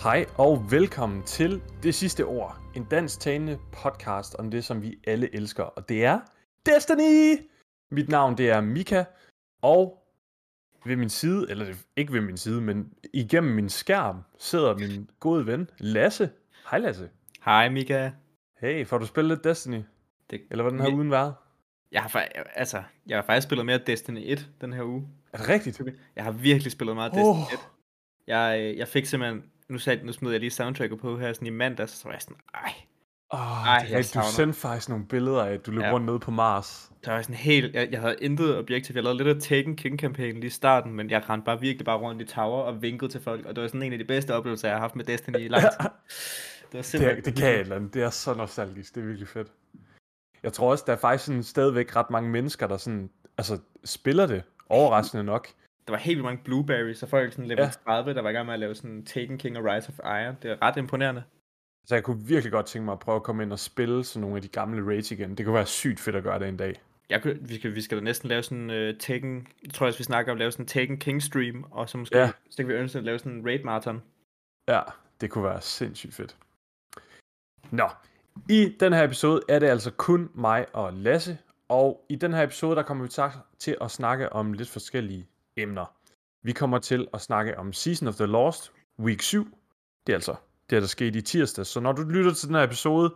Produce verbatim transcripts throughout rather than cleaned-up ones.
Hej og velkommen til Det Sidste Ord, en dansk talende podcast om det, som vi alle elsker, og det er Destiny! Mit navn det er Mika, og ved min side, eller ikke ved min side, men igennem min skærm sidder min gode ven Lasse. Hej Lasse. Hej Mika. Hey, får du spillet lidt Destiny? Det... Eller hvordan har ugen været? Jeg har, fa- altså, jeg har faktisk spillet mere Destiny et den her uge. Er det rigtigt? Jeg har virkelig spillet meget Destiny Oh. et. Jeg, jeg fik simpelthen, nu, sagde, nu smed jeg lige soundtracket på her sådan i mandags, så var jeg sådan, ej. Oh, ej, det er rigtigt. Du sendte faktisk nogle billeder af, at du løb ja. rundt nede på Mars. Der var sådan helt, jeg, jeg havde intet objektiv. Jeg lavede lidt af Taken King-kampagnen lige i starten, men jeg rendte bare virkelig bare rundt i tower og vinkede til folk, og det var sådan en af de bedste oplevelser, jeg har haft med Destiny i lang tid. Det, var simpelthen... det, det kan et eller andet. Det er så nostalgisk. Det er virkelig fedt. Jeg tror også, der er faktisk sådan stadigvæk ret mange mennesker, der sådan, altså, spiller det, overraskende nok. Der var helt vildt mange blueberries, og folk sådan level ja. tredive, der var i gang med at lave sådan Taken King og Rise of Iron. Det er ret imponerende. Så jeg kunne virkelig godt tænke mig at prøve at komme ind og spille sådan nogle af de gamle raids igen. Det kunne være sygt fedt at gøre det en dag. Jeg kunne, vi, skal, vi skal da næsten lave sådan en uh, Taken, jeg tror også vi snakker om at lave sådan en Taken King stream, og så måske, ja. så kan vi ønske at lave sådan en raid marathon. Ja, det kunne være sindssygt fedt. Nå, i den her episode er det altså kun mig og Lasse, og i den her episode, der kommer vi til at snakke om lidt forskellige emner. Vi kommer til at snakke om Season of the Lost, week syv. Det er altså det, der skete i tirsdag. Så når du lytter til den her episode,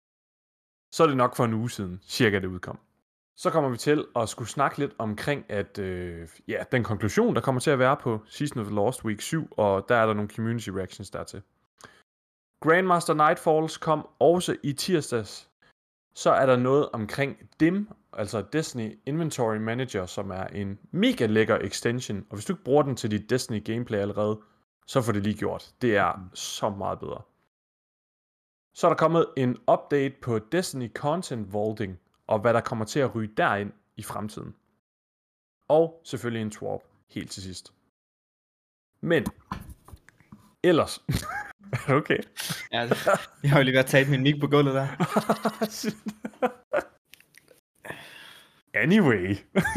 så er det nok for en uge siden, cirka det udkom. Så kommer vi til at skulle snakke lidt omkring, at øh, ja, den konklusion, der kommer til at være på Season of the Lost week syv, og der er der nogle community reactions dertil. Grandmaster Nightfalls kom også i tirsdags. Så er der noget omkring D I M, altså Destiny Inventory Manager, som er en mega lækker extension. Og hvis du ikke bruger den til dit Destiny gameplay allerede, så får det lige gjort. Det er så meget bedre. Så er der kommet en update på Destiny Content Vaulting, og hvad der kommer til at ryge derind i fremtiden. Og selvfølgelig en swap helt til sidst. Men ellers... Okay. Ja, jeg har jo lige været taget min mic på gulvet der. Anyway.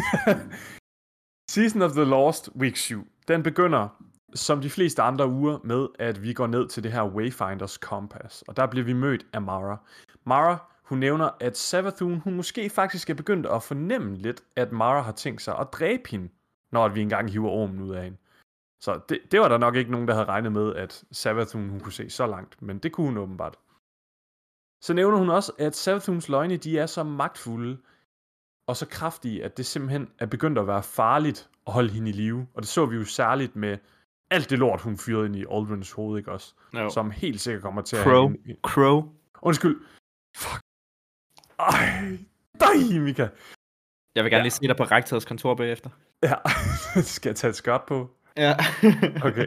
Season of the Lost week syv. Den begynder, som de fleste andre uger, med at vi går ned til det her Wayfinders Compass. Og der bliver vi mødt af Mara. Mara, hun nævner, at Savathun, hun måske faktisk er begyndt at fornemme lidt, at Mara har tænkt sig at dræbe hende, når vi engang hiver ormen ud af hende. Så det, det var der nok ikke nogen, der havde regnet med, at Savathun hun kunne se så langt, men det kunne hun åbenbart. Så nævner hun også, at Savathuns løgne, de er så magtfulde og så kraftige, at det simpelthen er begyndt at være farligt at holde hende i live. Og det så vi jo særligt med alt det lort, hun fyrede ind i Aldrins hoved, ikke også? No. Som helt sikkert kommer til Crow. at... Crow. Crow. Undskyld. Fuck. Ej. Dej, Mika. Jeg vil gerne ja. lige se dig på rektorets kontor bagefter. Ja. Skal jeg tage et skørt på? Ja. Okay.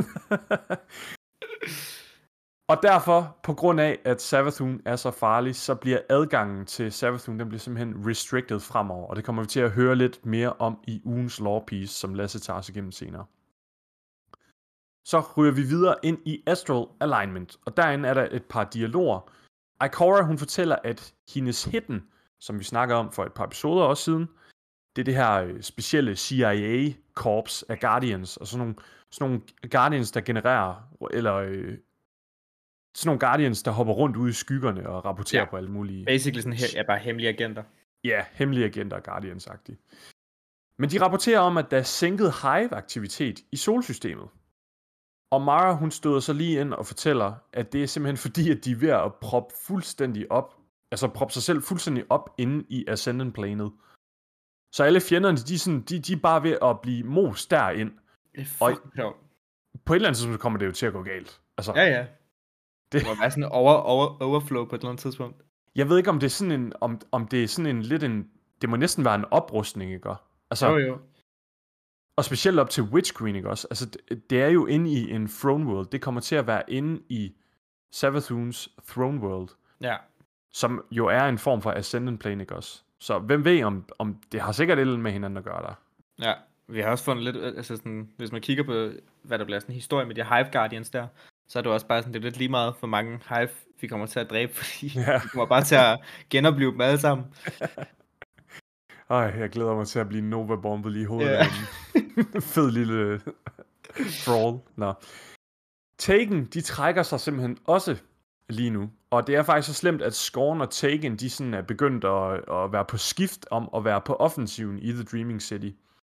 Og derfor, på grund af, at Savathun er så farlig, så bliver adgangen til Savathun, den bliver simpelthen restricted fremover. Og det kommer vi til at høre lidt mere om i ugens lore piece, som Lasse tager sig igennem senere. Så ryger vi videre ind i Astral Alignment, og derinde er der et par dialoger. Ikora, hun fortæller, at hendes hidden, som vi snakker om for et par episoder også siden, det er det her specielle C I A-korps af Guardians, og sådan nogle, sådan nogle Guardians, der genererer, eller øh, sådan nogle Guardians, der hopper rundt ude i skyggerne og rapporterer ja. på alle mulige... Basically sådan her, ja, bare hemmelige agenter. Ja, hemmelige agenter, Guardians-agtige. Men de rapporterer om, at der er sænket hive-aktivitet i solsystemet. Og Mara, hun støder så lige ind og fortæller, at det er simpelthen fordi, at de er ved at proppe fuldstændig op, altså proppe sig selv fuldstændig op inde i Ascendant-planet. Så alle fjenderne, de er, sådan, de, de er bare ved at blive mos derind. Det er fucking sjovt. På et eller andet tidspunkt kommer det jo til at gå galt. Altså, ja, ja. Det, det må være sådan en over, over, overflow på et eller andet tidspunkt. Jeg ved ikke, om det er sådan en, om, om det er sådan en lidt en, det må næsten være en oprustning, ikke? Altså, jo, jo. Og specielt op til Witch Queen, ikke også? Altså, det, det er jo inde i en Throne World. Det kommer til at være inde i Savathuns Throne World. Ja. Som jo er en form for Ascendant Plane, ikke også? Så hvem ved, om, om det har sikkert et eller andet med hinanden at gøre der. Ja, vi har også fundet lidt, altså sådan, hvis man kigger på, hvad der bliver sådan en historie med de Hive Guardians der, så er det også bare sådan, det er lidt lige meget for mange Hive, vi kommer til at dræbe, fordi ja. vi kommer bare til at genopleve dem alle sammen. Ej, jeg glæder mig til at blive Nova-bombet lige i hovedet. Yeah. Fed lille troll. Nå. Taken, de trækker sig simpelthen også lige nu. Og det er faktisk så slemt, at Scorn og Taken, de sådan er begyndt at, at være på skift om at være på offensiven i The Dreaming City.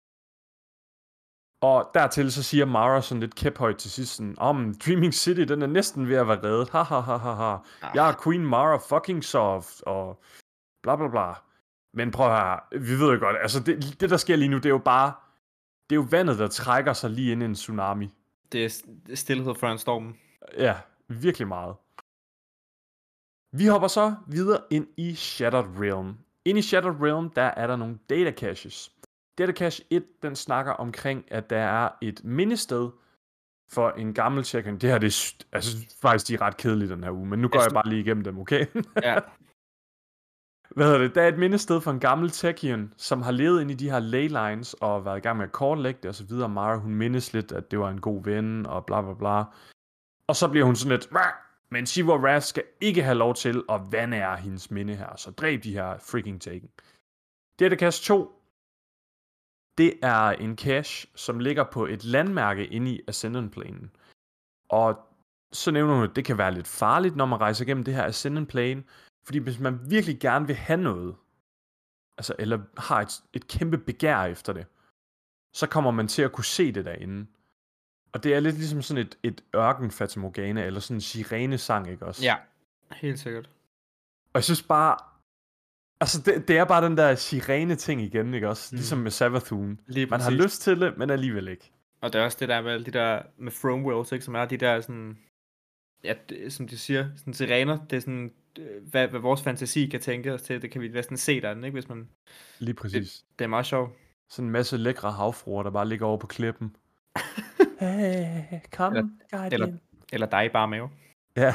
Og dertil så siger Mara sådan lidt kæphøjt til sidst sådan, om Dreaming City, den er næsten ved at være reddet. Ha ha ha ha ha. Jeg er Queen Mara fucking soft, og bla bla bla. Men prøv her, vi ved jo godt, altså det, det der sker lige nu, det er jo bare, det er jo vandet, der trækker sig lige ind i en tsunami. Det er stillhed for en storm. Ja, virkelig meget. Vi hopper så videre ind i Shattered Realm. Ind i Shattered Realm, der er der nogle data caches. Data cache et, den snakker omkring, at der er et mindested for en gammel check-in. Det her, det er, altså, faktisk de er ret kedelige den her uge, men nu går jeg bare lige igennem dem, okay? Ja. Hvad hedder det? Der er et mindested for en gammel Techian, som har levet ind i de her ley lines og været i gang med at kortlægge det og så videre. Mara, hun mindes lidt, at det var en god ven og bla bla bla. Og så bliver hun sådan lidt, men Shiva Raz skal ikke have lov til at vandære hendes minde her, så dræb de her freaking Taken. Data cache to, det er en cache, som ligger på et landmærke inde i Ascendant-planen. Og så nævner hun, at det kan være lidt farligt, når man rejser igennem det her Ascendant-plane, fordi hvis man virkelig gerne vil have noget, altså, eller har et, et kæmpe begær efter det, så kommer man til at kunne se det derinde. Og det er lidt ligesom sådan et, et ørken fatamorgana, eller sådan en sirene-sang, ikke også? Ja, helt sikkert. Og jeg synes bare, altså det, det er bare den der sirene-ting igen, ikke også? Mm. Ligesom med Savathûn. Man har lyst til det, men alligevel ikke. Og det er også det der med alle de der, med Throne Worlds, ikke? Som er de der sådan, ja, det, som de siger, sådan sirener, det er sådan, hvad, hvad vores fantasi kan tænke os til, det kan vi næsten se der, ikke? Hvis man... Lige præcis. Det, det er meget sjovt. Sådan en masse lækre havfruer, der bare ligger over på klippen. Hey, kom, eller, eller, eller dig bare mave. Ja.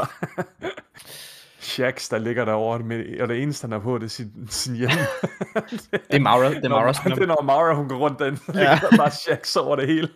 Shax, der ligger derovre, med, og det eneste, han har på, det er sin, sin hjem. Det er Mara. Det er Mara. Når, det er når Mara, hun går rundt derinde, så ligger ja. Der bare Shax over det hele.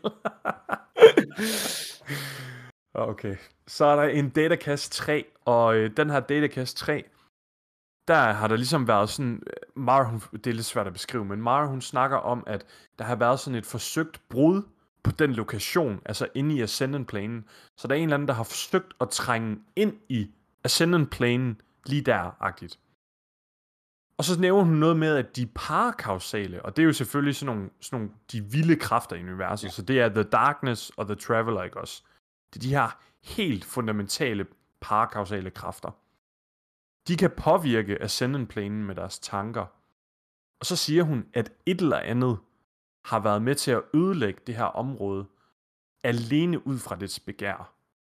Okay. Så er der en Datacast tre, og øh, den her Datacast tre, der har der ligesom været sådan, Mara, hun, det er lidt svært at beskrive, men Mara, hun snakker om, at der har været sådan et forsøgt brud på den lokation, altså inde i Ascendant-planen. Så der er en eller anden, der har forsøgt at trænge ind i Ascendant-planen lige der-agtigt. Og så nævner hun noget med, at de er parakausale, og det er jo selvfølgelig sådan nogle, sådan nogle de vilde kræfter i universet, ja. Så det er The Darkness og The Traveler, ikke også? Det er de her helt fundamentale parakausale kræfter. De kan påvirke Ascendant-planen med deres tanker. Og så siger hun, at et eller andet har været med til at ødelægge det her område, alene ud fra dets begær.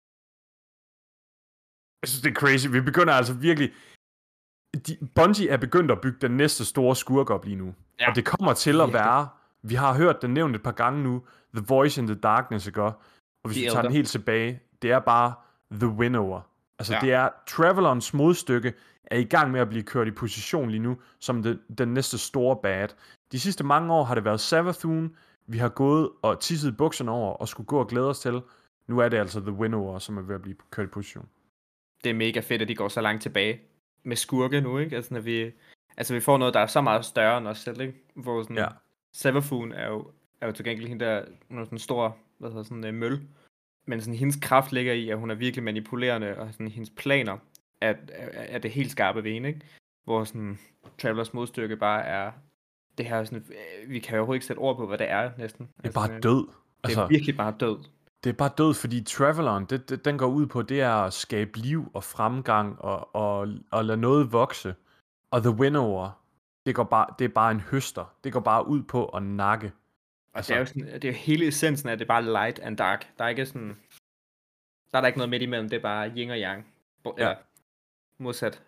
Jeg synes, det er crazy. Vi begynder altså virkelig... De, Bungie er begyndt at bygge den næste store skurk op lige nu. Ja. Og det kommer til at være... Vi har hørt den nævnt et par gange nu. The Voice in the Darkness, ikke? Og hvis de vi tager den helt tilbage, det er bare The Winnower. Altså, ja. Det er Travelerens modstykke, er i gang med at blive kørt i position lige nu, som det, den næste store bad. De sidste mange år har det været Savathûn, vi har gået og tisset bukserne over, og skulle gå og glæde os til. Nu er det altså The Winnower, som er ved at blive kørt i position. Det er mega fedt, at de går så langt tilbage med skurke nu, ikke? Altså, når vi, altså, vi får noget, der er så meget større end os selv, ikke? Hvor sådan, ja. Savathûn er jo, er jo tilgængelig hende der, hun er sådan en stor, hvad hedder sådan en møl. Men sådan, hendes kraft ligger i, at hun er virkelig manipulerende, og sådan, hendes planer er, er, er det helt skarpe ved hende, ikke? Hvor sådan, Travelers modstykke bare er, det her sådan, vi kan jo overhovedet ikke sætte ord på, hvad det er næsten. Det er altså, bare død. Det altså, er virkelig bare død. Det er bare død, fordi Traveleren, det, det, den går ud på, det er at skabe liv og fremgang, og, og, og lade noget vokse. Og The Winnower, det, går bare, det er bare en høster. Det går bare ud på at nakke. Altså, det er jo sådan, det er jo hele essensen af, det er bare light and dark. Der er ikke sådan, der er der ikke noget midt imellem, det er bare yin og yang. Eller, ja. Modsat.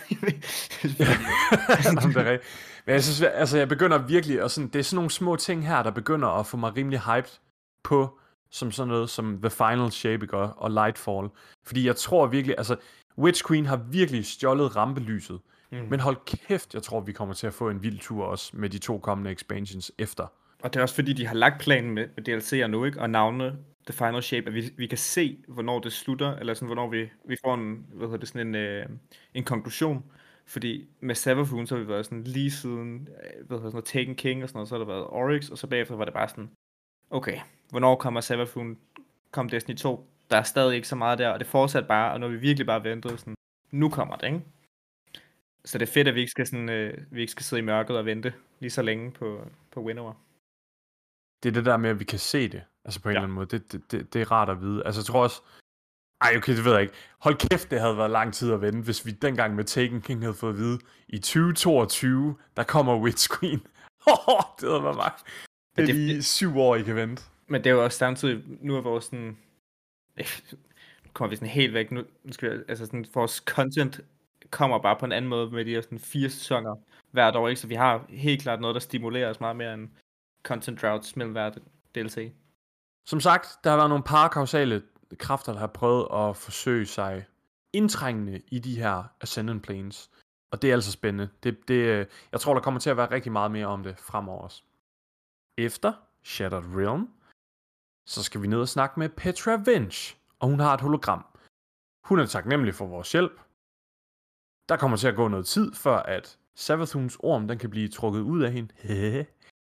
Men jeg synes, altså jeg begynder virkelig, og sådan, det er sådan nogle små ting her, der begynder at få mig rimelig hyped på, som sådan noget som The Final Shape, ikke? Og Lightfall. Fordi jeg tror virkelig, altså Witch Queen har virkelig stjålet rampelyset. Mm. Men hold kæft, jeg tror, vi kommer til at få en vild tur også med de to kommende expansions efter. Og det er også fordi, de har lagt planen med, med D L C'er nu, ikke? Og navnene The Final Shape, at vi, vi kan se, hvornår det slutter, eller sådan, hvornår vi, vi får en, hvad hedder det, sådan en, øh, en konklusion. Fordi med Savathûn, så har vi været sådan lige siden, hvad hedder sådan noget, Taken King og sådan noget, så har der været Oryx, og så bagefter var det bare sådan, okay, hvornår kommer Savathûn, kom Destiny to, der er stadig ikke så meget der, og det fortsætter bare, og når vi virkelig bare venter, sådan, nu kommer det, ikke? Så det er fedt, at vi ikke skal, sådan, øh, vi ikke skal sidde i mørket og vente lige så længe på, på Winnower. Det er det der med, at vi kan se det, altså på en Ja. eller anden måde. Det, det, det, det er rart at vide. Altså jeg tror også, ej okay, det ved jeg ikke. Hold kæft, det havde været lang tid at vente, hvis vi dengang med Taken King havde fået at vide, i tyve toogtyve, der kommer Witchqueen. Det havde været meget. Det er det- lige syv år, I kan vente. Men det er jo også samtidig, nu er vores sådan, nu kommer vi sådan helt væk, nu nu skal vi, altså sådan, vores content kommer bare på en anden måde med de her sådan fire sæsoner hvert år, ikke? Så vi har helt klart noget, der stimulerer os meget mere end content droughts mellem hver D L C. Som sagt, der har været nogle parakausale kræfter, der har prøvet at forsøge sig indtrængende i de her Ascendant Planes. Og det er altså spændende. Det, det, jeg tror, der kommer til at være rigtig meget mere om det fremover også. Efter Shattered Realm, så skal vi ned og snakke med Petra Venj, og hun har et hologram. Hun er taknemmelig for vores hjælp. Der kommer til at gå noget tid, før at Savathûns orm, den kan blive trukket ud af hende.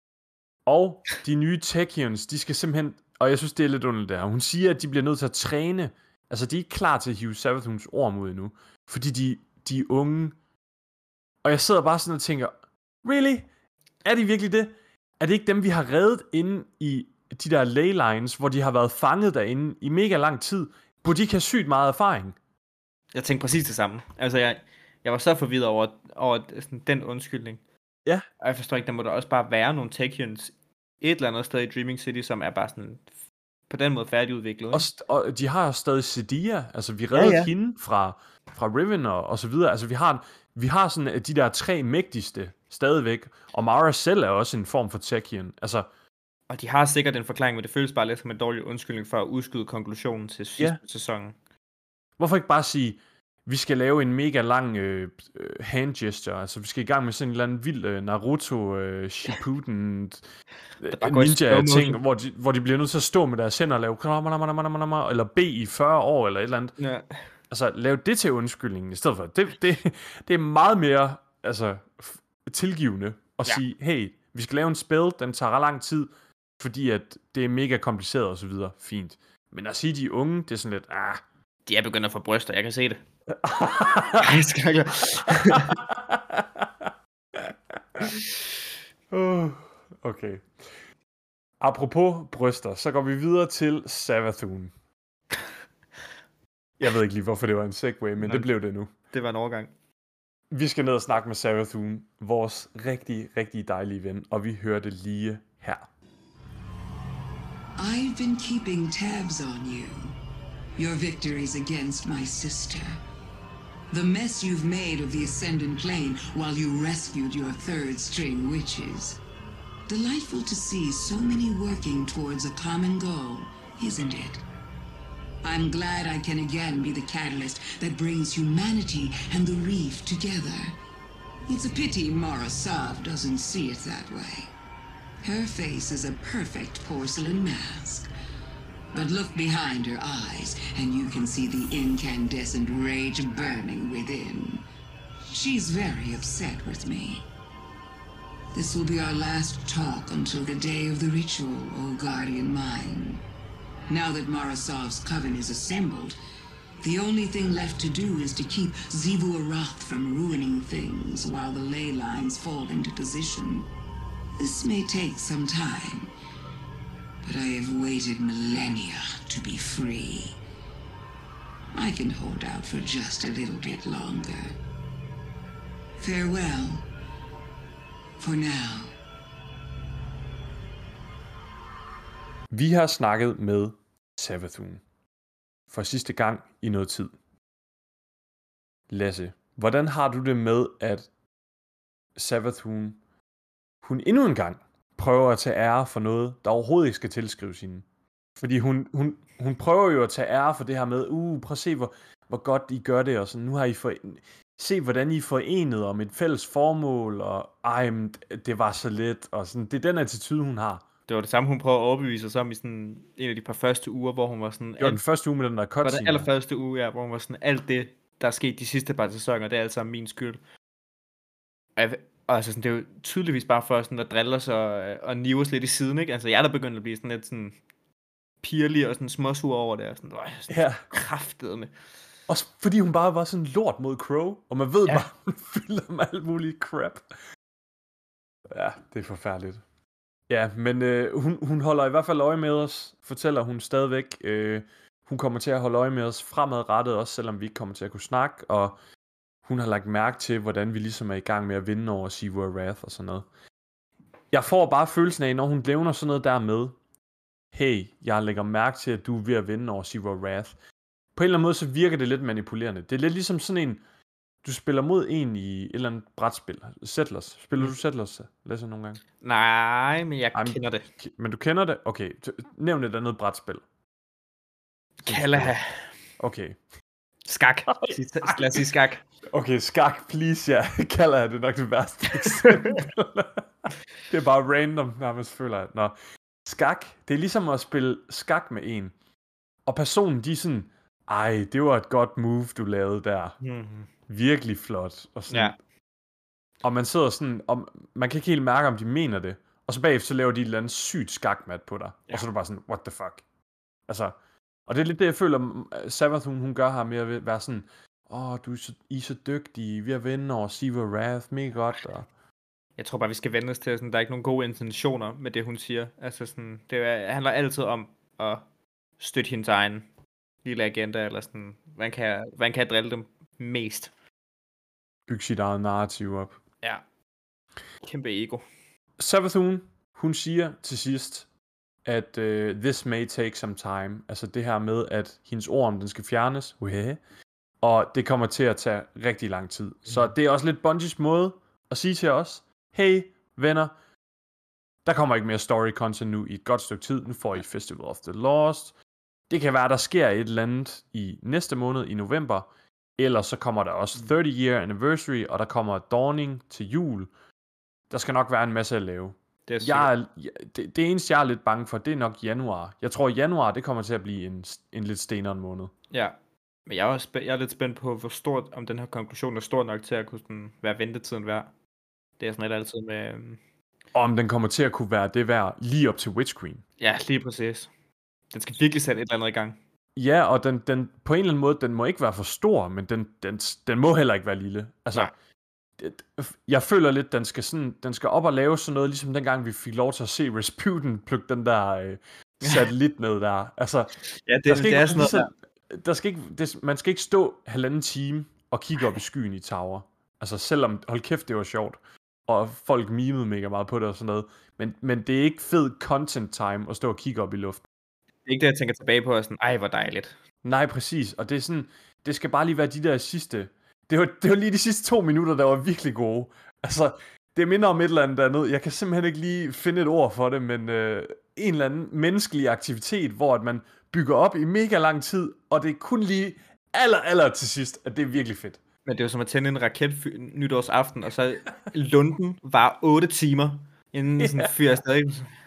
Og de nye Techians, de skal simpelthen, og jeg synes, det er lidt underligt der. Hun siger, at de bliver nødt til at træne. Altså, de er ikke klar til at hive Savathûns orm ud endnu, fordi de, de er unge. Og jeg sidder bare sådan og tænker, really? Er det virkelig det? Er det ikke dem, vi har reddet inde i de der ley lines, hvor de har været fanget derinde i mega lang tid, hvor de ikke har sygt meget erfaring? Jeg tænkte præcis det samme. Altså, jeg, jeg var så forvirret over, over sådan, den undskyldning. Ja. Og jeg forstår ikke, der må der også bare være nogle Techians et eller andet sted i Dreaming City, som er bare sådan på den måde færdigudviklet. Og, st- og de har stadig Sedia, altså vi reddede ja, ja. hende fra, fra Riven og, og så videre. Altså vi har, vi har sådan de der tre mægtigste stadigvæk, og Mara selv er også en form for Techian. Altså, og de har sikkert en forklaring, men det føles bare lidt som en dårlig undskyldning for at udskyde konklusionen til sidste ja. sæson. Hvorfor ikke bare sige, vi skal lave en mega lang øh, hand gesture, altså vi skal i gang med sådan en eller anden vild øh, Naruto øh, Shippuden øh, ninja ting, hvor de, hvor de bliver nødt til at stå med deres hænder og lave eller B i fyrre år eller et eller andet. Ja. Altså lave det til undskyldningen i stedet for. Det, det, det er meget mere altså, tilgivende at ja. sige, hey, vi skal lave en spil, den tager ret lang tid, fordi at det er mega kompliceret og så videre. Fint. Men at sige, de unge, det er sådan lidt, ah. De er begyndt at få bryster, jeg kan se det. Jeg skal ikke. uh, okay. Apropos bryster, så går vi videre til Savathûn. Jeg ved ikke lige, hvorfor det var en segway, men det blev det nu. Det var en overgang. Vi skal ned og snakke med Savathûn, vores rigtig, rigtig dejlige ven, og vi hører det lige her. I've been keeping tabs on you. Your victories against my sister. The mess you've made of the Ascendant Plane while you rescued your third string witches. Delightful to see so many working towards a common goal, isn't it? I'm glad I can again be the catalyst that brings humanity and the reef together. It's a pity Mara Sov doesn't see it that way. Her face is a perfect porcelain mask. But look behind her eyes, and you can see the incandescent rage burning within. She's very upset with me. This will be our last talk until the day of the ritual, O Guardian Mine. Now that Marasov's coven is assembled, the only thing left to do is to keep Xivu Arath from ruining things while the ley lines fall into position. This may take some time, but I have waited millennia to be free. I can hold out for just a little bit longer. Farewell. For now. Vi har snakket med Savathûn for sidste gang i noget tid. Lasse, hvordan har du det med, at Savathûn, hun endnu en gang prøver at tage ære for noget, der overhovedet ikke skal tilskrives hende? Fordi hun, hun, hun prøver jo at tage ære for det her med, uh, prøv at se, hvor, hvor godt I gør det, og sådan, nu har I for, se, hvordan I er forenet om et fælles formål, og ej, det var så let, og sådan, det er den attitude, hun har. Det var det samme, hun prøvede at overbevise os om i sådan en af de par første uger, hvor hun var sådan... Det var den første uge med den der cutscene. Det var den allerførste uge, ja, hvor hun var sådan, alt det, der er sket de sidste par sæsoner, det er alt sammen min skyld. Og, jeg, og altså, sådan, det er jo tydeligvis bare for sådan at drille os og, og nive os lidt i siden, ikke? Altså, jeg er der begyndt at blive sådan lidt sådan pirlig og sådan småsur over det, og sådan, øh, sådan Ja. kraftet med. Også fordi hun bare var sådan lort mod Crow, og man ved Ja. bare, hun fylder med alt muligt crap. Ja, det er forfærdeligt. Ja, men øh, hun, hun holder i hvert fald øje med os, fortæller hun stadigvæk. Øh, hun kommer til at holde øje med os fremadrettet, også selvom vi ikke kommer til at kunne snakke, og hun har lagt mærke til, hvordan vi ligesom er i gang med at vinde over Sivu og Wrath og sådan noget. Jeg får bare følelsen af, når hun nævner sådan noget der med, hey, jeg lægger mærke til, at du er ved at vinde over Sivu og Wrath. På en eller anden måde, så virker det lidt manipulerende. Det er lidt ligesom sådan en, du spiller mod en i et eller andet brætspil. Settlers. Spiller mm. du Settlers, Lasse, nogle gange? Nej, men jeg Ej, kender det. Men du kender det? Okay, nævn et andet brætspil. Kalaha. Okay. Skak. Lad os sige skak. Okay, skak, please, ja. Kalaha, det er nok det værste eksempel. Det er bare random, nærmest føler jeg. Nå. Skak, det er ligesom at spille skak med en. Og personen, de er sådan, ej, det var et godt move, du lavede der. Mm-hmm. Virkelig flot. Og, sådan. Ja. Og man sidder sådan, og man kan ikke helt mærke, om de mener det. Og så bagefter, så laver de et eller andet sygt skakmat på dig. Ja. Og så er du bare sådan, what the fuck? Altså, og det er lidt det, jeg føler, Savath, hun, hun gør her med at være sådan, åh, oh, du er så, I er så dygtige, vi har vundet over Sivu og Wrath, mega godt. Og... Jeg tror bare, vi skal vende os til, at der er ikke nogen gode intentioner med det, hun siger. Altså sådan, det handler altid om at støtte hendes egen lille agenda, eller sådan, hvordan kan jeg, hvordan kan jeg drille dem mest? Bygge sit eget narrativ op. Ja. Kæmpe ego. Savathun, hun siger til sidst, at uh, this may take some time. Altså det her med, at hendes ord, om den skal fjernes, uhe, og det kommer til at tage rigtig lang tid. Mm. Så det er også lidt Bungies måde at sige til os, hey venner, der kommer ikke mere story content nu i et godt stykke tid. Nu får I Festival of the Lost. Det kan være, der sker et eller andet i næste måned i november. Ellers så kommer der også thirty year anniversary, og der kommer Dawning til jul. Der skal nok være en masse at lave. Det, er jeg er, det, det eneste, jeg er lidt bange for, det er nok januar. Jeg tror, januar, det kommer til at blive en, en lidt stenere måned. Ja, men jeg er, også, jeg er lidt spændt på, hvor stort, om den her konklusion er stor nok til at kunne sådan, være ventetiden værd. Det er sådan lidt altid med... Um... Og om den kommer til at kunne være det værd lige op til Witch Queen. Ja, lige præcis. Den skal virkelig sætte et eller andet i gang. Ja, og den, den, på en eller anden måde, den må ikke være for stor, men den, den, den må heller ikke være lille. Altså, det, jeg føler lidt, den skal, sådan, den skal op og lave sådan noget, ligesom dengang vi fik lov til at se Rasputin plukke den der øh, satellit ned der. Altså, ja, det, der skal det ikke, er sådan noget ligesom, der. Der skal ikke, det, man skal ikke stå halvanden time og kigge op i skyen i Tower. Altså, selvom, hold kæft, det var sjovt. Og folk mimede mega meget på det og sådan noget. Men, men det er ikke fed content time at stå og kigge op i luften. Det er ikke det, jeg tænker tilbage på, og sådan, ej, hvor dejligt. Nej, præcis. Og det er sådan, det skal bare lige være de der sidste, det var, det var lige de sidste to minutter, der var virkelig gode. Altså, det minder om et eller andet andet. Jeg kan simpelthen ikke lige finde et ord for det, men øh, en eller anden menneskelig aktivitet, hvor at man bygger op i mega lang tid, og det er kun lige aller, aller til sidst, at det er virkelig fedt. Men det er jo som at tænde en raket nytårsaften, og så Lunden var otte timer, inden ja. Sådan fyrer stadig.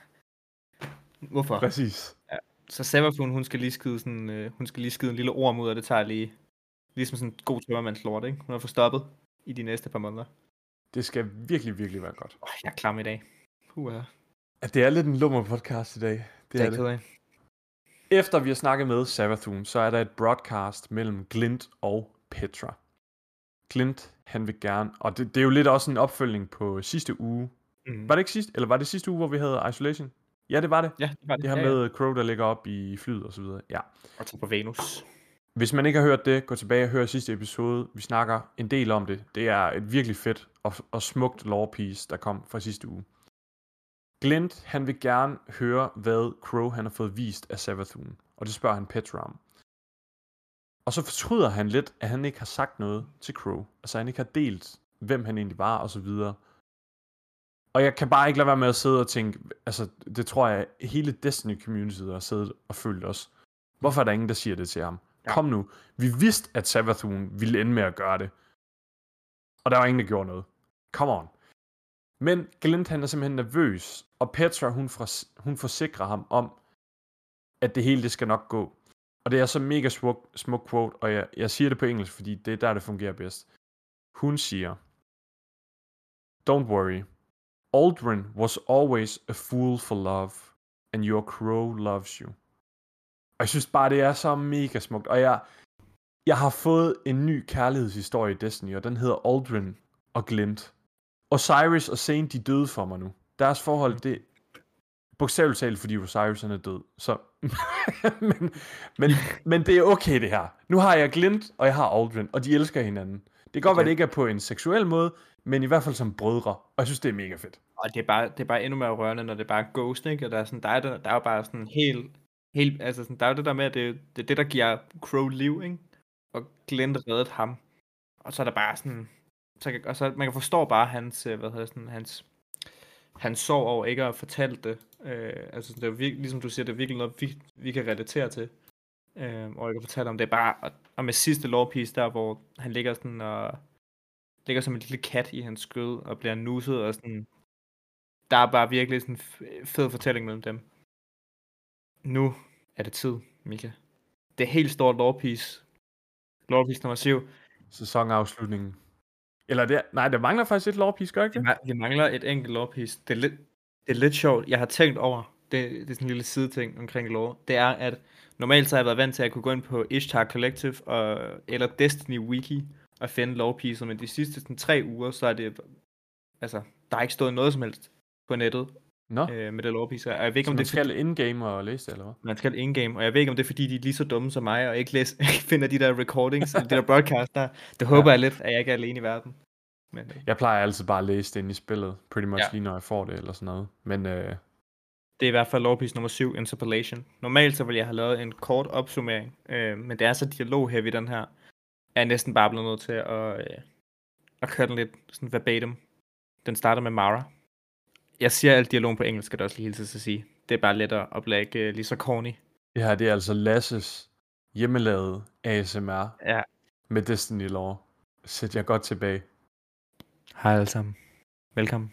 Hvorfor? Præcis. Ja. Så Savathun, hun skal lige skide sådan, øh, hun skal lige skide en lille orm ud, og det tager lige, ligesom sådan en god tømmermandslort, ikke? Hun har fået stoppet i de næste par måneder. Det skal virkelig, virkelig være godt. Oh, jeg er klam i dag. Puha. Det er lidt en lummer podcast i dag. Det, det er det. det. Efter vi har snakket med Savathun, så er der et broadcast mellem Glint og Petra. Glint, han vil gerne, og det, det er jo lidt også en opfølgning på sidste uge. Mm. Var det ikke sidste, eller var det sidste uge, hvor vi havde Isolation? Ja, det var det. Ja, det var det. Det her ja, med ja. Crow, der ligger op i flyet og så videre. Ja. Og så på Venus. Hvis man ikke har hørt det, gå tilbage og hør sidste episode. Vi snakker en del om det. Det er et virkelig fedt og, og smukt lore piece, der kom fra sidste uge. Glint, han vil gerne høre, hvad Crow han har fået vist af Savathun. Og det spørger han Petra om. Og så fortryder han lidt, at han ikke har sagt noget til Crow. Altså han ikke har delt, hvem han egentlig var og så videre. Og jeg kan bare ikke lade være med at sidde og tænke, altså det tror jeg, hele Destiny-communityet har siddet og følt os. Hvorfor er der ingen, der siger det til ham? Ja. Kom nu. Vi vidste, at Savathun ville ende med at gøre det. Og der var ingen, der gjorde noget. Come on. Men Glint, han er simpelthen nervøs. Og Petra, hun, for, hun forsikrer ham om, at det hele, det skal nok gå. Og det er så mega smuk, smuk quote, og jeg, jeg siger det på engelsk, fordi det er der, det fungerer bedst. Hun siger, Don't worry. Aldrin was always a fool for love, and your crow loves you. Og jeg synes bare, det er så mega smukt. Og jeg, jeg har fået en ny kærlighedshistorie i Destiny, og den hedder Aldrin og Glint. Osiris og Zane, de døde for mig nu. Deres forhold, det bogstaveligt talt, fordi Osiris han er død. Så. men, men, men det er okay det her. Nu har jeg Glint, og jeg har Aldrin, og de elsker hinanden. Det kan godt okay. være, det ikke er på en seksuel måde, men i hvert fald som brødre. Og jeg synes, det er mega fedt. Og det er bare, det er bare endnu mere rørende, når det er bare Ghost, ikke? Og der er, sådan, der er, der, der er jo bare sådan helt, helt altså sådan, der er jo det der med, at det, det er det, der giver Crow liv, ikke? Og Glint reddede ham. Og så er der bare sådan, så kan, og så man kan forstå bare hans, hvad hedder sådan, hans, hans sorg over ikke at fortælle det. Øh, altså det er virkelig, ligesom du siger, det er virkelig noget, vi, vi kan relatere til. Øh, og jeg kan fortælle om det er bare, og, og med sidste lawpiece der, hvor han ligger sådan og ligger som en lille kat i hans skød og bliver nusset og sådan. Der er bare virkelig sådan en fed fortælling mellem dem. Nu er det tid, Mika. Det er helt stort lawpiece. Lawpiece nummer syv. Sæsonafslutningen. Eller det, nej, der mangler faktisk et lawpiece, gør ikke det? Vi mangler et enkelt lawpiece. Det er lidt, det er lidt sjovt. Jeg har tænkt over, det, det er sådan en lille sideting omkring lore. Det er, at normalt så har jeg været vant til at kunne gå ind på Ishtar Collective og, eller Destiny Wiki og finde lawpiecer, men de sidste sådan, tre uger, så er det, altså, der er ikke stået noget som helst på nettet no. øh, med det lawpiecer. Jeg ved ikke, så om man det skal fordi... in-game og læse det, eller hvad? Man skal in-game, og jeg ved ikke, om det er fordi, de er lige så dumme som mig, og ikke, læs, ikke finder de der recordings, eller de der broadcasts der. Det håber ja. jeg lidt, at jeg ikke er alene i verden. Men, øh. Jeg plejer altid bare at læse det ind i spillet, pretty much ja. lige når jeg får det, eller sådan noget. Men øh... det er i hvert fald lawpiece nummer syv, Interpolation. Normalt så ville jeg have lavet en kort opsummering, øh, men det er så dialog-heavy, den her. Jeg er næsten bare blevet nødt til at, øh, at køre den lidt sådan verbatim. Den starter med Mara. Jeg siger alt dialogen på engelsk, skal det også lige hilse at sige. Det er bare let at oplægge lige så corny. Det her, det er altså Lasses hjemmelavede A S M R ja. med Destiny Lore. Sæt jer godt tilbage. Hej alle sammen. Velkommen.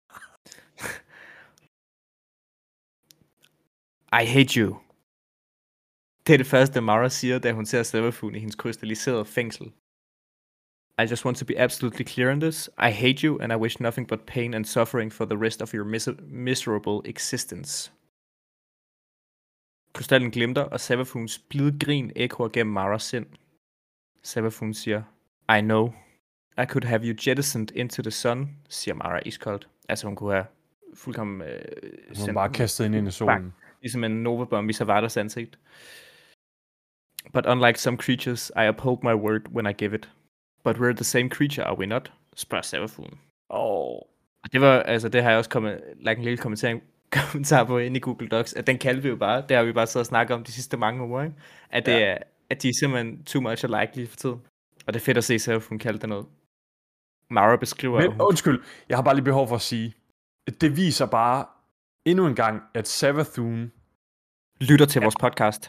I hate you. Det er det første, Mara siger, da hun ser Seraphine i hendes krystalliserede fængsel. I just want to be absolutely clear on this. I hate you, and I wish nothing but pain and suffering for the rest of your mis- miserable existence. Krystallen glimter, og Seraphunes blide grin ekkoer gennem Maras sind. Seraphine siger, I know. I could have you jettisoned into the sun, siger Mara iskoldt. Altså hun kunne have fuldkommen øh, hun sendt, bare kastet ind i solen. Bang, ligesom en Nova-bomb i Savadas ansigt. But unlike some creatures, I uphold my word when I give it. But we're the same creature, are we not? Spørger Seraphine. Oh. Og det var, altså det har jeg også kommet, lagt en lille kommentar, kommentar på inde i Google Docs, at den kaldte vi jo bare, det har vi bare siddet og snakket om de sidste mange uger, ikke? At, det ja. er, at de er simpelthen too much alike lige for tiden. Og det er fedt at se Seraphine kalde det noget. Mara beskriver... Men hun... undskyld, jeg har bare lige behov for at sige, det viser bare endnu en gang, at Savathun lytter til ja. vores podcast.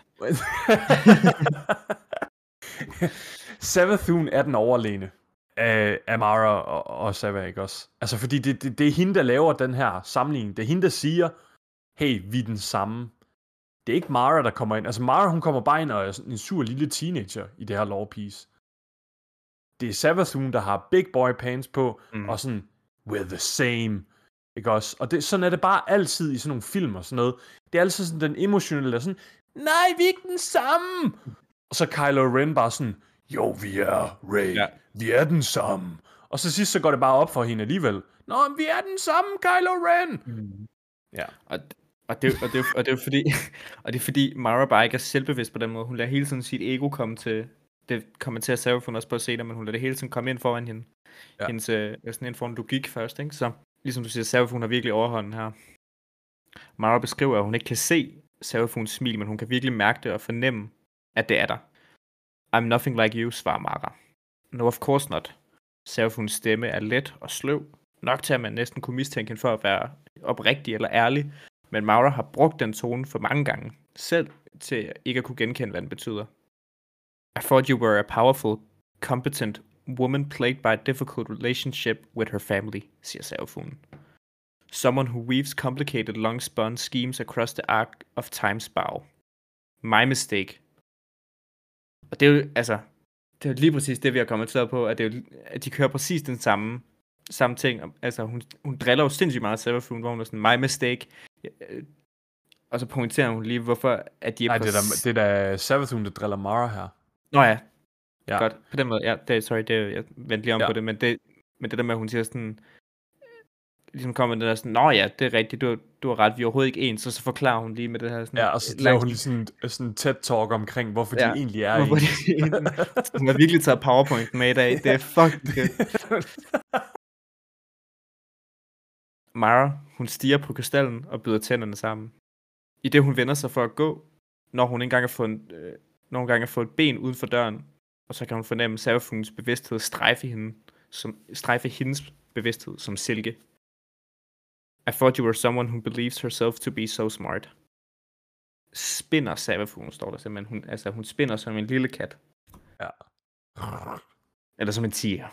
Savathun er den overlegne af Amara og, og Sava, ikke også? Altså, fordi det, det, det er hende, der laver den her sammenligning. Det er hende, der siger, hey, vi er den samme. Det er ikke Mara, der kommer ind. Altså, Mara, hun kommer bare ind og er en sur lille teenager i det her lawpiece. Det er Savathun, der har big boy pants på, mm. og sådan, we're the same. Ikke også? Og det, sådan er det bare altid i sådan nogle film og sådan noget. Det er altid sådan den emotionelle, sådan, nej, vi er ikke den samme. Og så Kylo Ren bare sådan, jo, vi er Rey. Ja. Vi er den samme. Og så sidst så går det bare op for hende alligevel. Nå, vi er den samme, Kylo Ren. Mm. Ja. Og, og, det, og, det, og det er fordi, og det er fordi Mara bare ikke er selvbevidst på den måde. Hun lader hele tiden sit ego komme til, det kommer til at Seraphine også på senere, men hun lader det hele tiden komme ind foran hende. Ja. Hendes, øh, sådan ind foran logik først, ikke? Så ligesom du siger, Seraphine har virkelig overhånden her. Mara beskriver, at hun ikke kan se Seraphunes smil, men hun kan virkelig mærke det og fornemme, at det er der. I'm nothing like you, svarer Mara. No, of course not. Seraphunes stemme er let og sløv, nok til at man næsten kunne mistænke hende for at være oprigtig eller ærlig, men Mara har brugt den tone for mange gange, selv til ikke at kunne genkende, hvad den betyder. I thought you were a powerful, competent woman plagued by a difficult relationship with her family, siger Seraphine. Someone who weaves complicated, long-spun schemes across the arc of time's bow. My mistake. Og det er jo, altså, det er jo lige præcis det, vi har kommenteret på, at, det er jo, at de kører præcis den samme, samme ting. Altså, hun, hun driller jo sindssygt meget Seraphine, hvor hun er sådan, my mistake. Og så pointerer hun lige, hvorfor at de er Nej, på... det er da, det er da Savathun, der driller Mara her. Nå ja, Ja. godt. På den måde, ja, det, sorry, det, jeg vendte lige om Ja. på det, men det, men det der med, at hun siger sådan, ligesom kommer den der sådan, nå ja, det er rigtigt, du, du har ret, vi er overhovedet ikke ens, så så forklarer hun lige med det her sådan... Ja, og så laver hun lige sådan, sådan en TED-talk omkring, hvorfor ja. de egentlig er hvorfor ens. de ens. Hun har virkelig taget PowerPoint med i dag, det er fucking fedt. Mara, hun stiger på krystallen og byder tænderne sammen. I det hun vender sig for at gå, når hun engang har fået, øh, når hun engang har fået et ben uden for døren, og så kan hun fornemme Savafruens bevidsthed strejfe hende, som strejfe hendes bevidsthed som silke. I thought you were someone who believes herself to be so smart. Spinder Savafruen, står der simpelthen. Hun, altså, hun spinder som en lille kat. Ja. Eller som en tiger.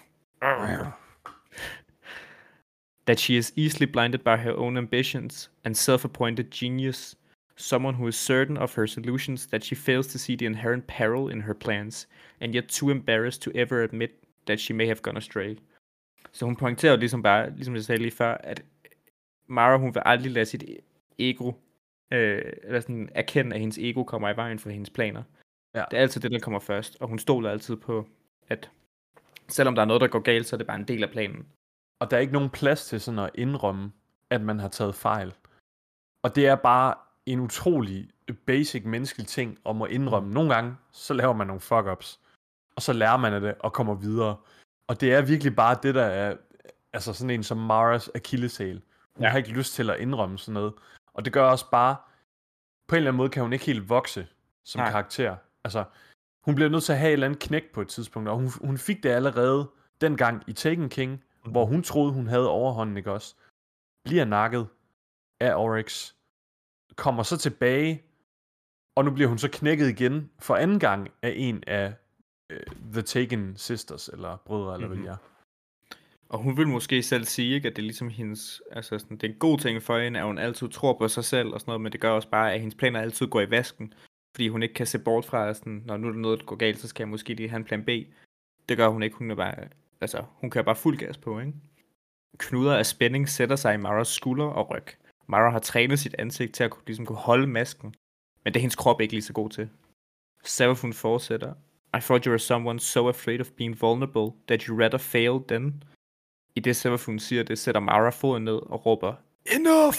That she is easily blinded by her own ambitions and self-appointed genius, someone who is certain of her solutions that she fails to see the inherent peril in her plans, and yet too embarrassed to ever admit that she may have gone astray. Så hun pointerer ligesom bare, ligesom jeg sagde lige før, at Mara, hun vil aldrig lade sit ego, øh, eller sådan erkende, at hendes ego kommer i vejen for hendes planer. Ja. Det er altid det, der kommer først, og hun stoler altid på, at selvom der er noget, der går galt, så er det bare en del af planen. Og der er ikke nogen plads til sådan at indrømme, at man har taget fejl. Og det er bare en utrolig basic menneskelig ting om at indrømme. Nogle gange, så laver man nogle fuck-ups, og så lærer man af det og kommer videre. Og det er virkelig bare det, der er altså sådan en som Maras akilleshæl. Hun ja. har ikke lyst til at indrømme sådan noget. Og det gør også bare, på en eller anden måde kan hun ikke helt vokse som Nej. karakter. Altså, hun bliver nødt til at have et eller andet knæk på et tidspunkt, og hun, hun fik det allerede dengang i Taken King, mm. hvor hun troede, hun havde overhånden, ikke også? Bliver nakket af Oryx, kommer så tilbage, og nu bliver hun så knækket igen for anden gang af en af uh, The Taken Sisters, eller brødre, eller mm-hmm. hvad de er. Og hun vil måske selv sige, ikke, at det er ligesom hendes, altså sådan, det er en god ting for hende, at hun altid tror på sig selv og sådan noget, men det gør også bare, at hendes planer altid går i vasken, fordi hun ikke kan se bort fra, sådan, når nu er der noget, der går galt, så skal jeg måske lige have en plan B. Det gør hun ikke, hun er bare, altså, hun kører bare fuld gas på, ikke? Knuder af spænding sætter sig i Maras skulder og ryg. Mara har trænet sit ansigt til at kunne, ligesom, kunne holde masken, men det er hendes krop ikke lige så god til. Savafrun fortsætter. I thought you were someone so afraid of being vulnerable, that you rather fail than... I det Savafrun siger det, sætter Mara foden ned og råber, Enough!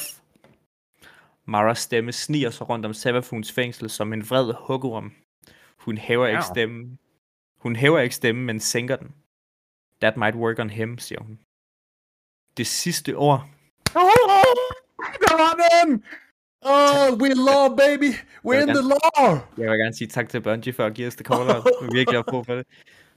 Maras stemme sniger sig rundt om Savafruns fængsel som en vred hugorm. Hun hæver ikke stemmen. Hun hæver ikke stemmen, men sænker den. That might work on him, siger hun. Det sidste ord. Oh, der var den! Oh, we law, baby! We're in the law! Jeg vil gerne sige tak til Bungie for at give os det caller. Vi virkelig har brug for det.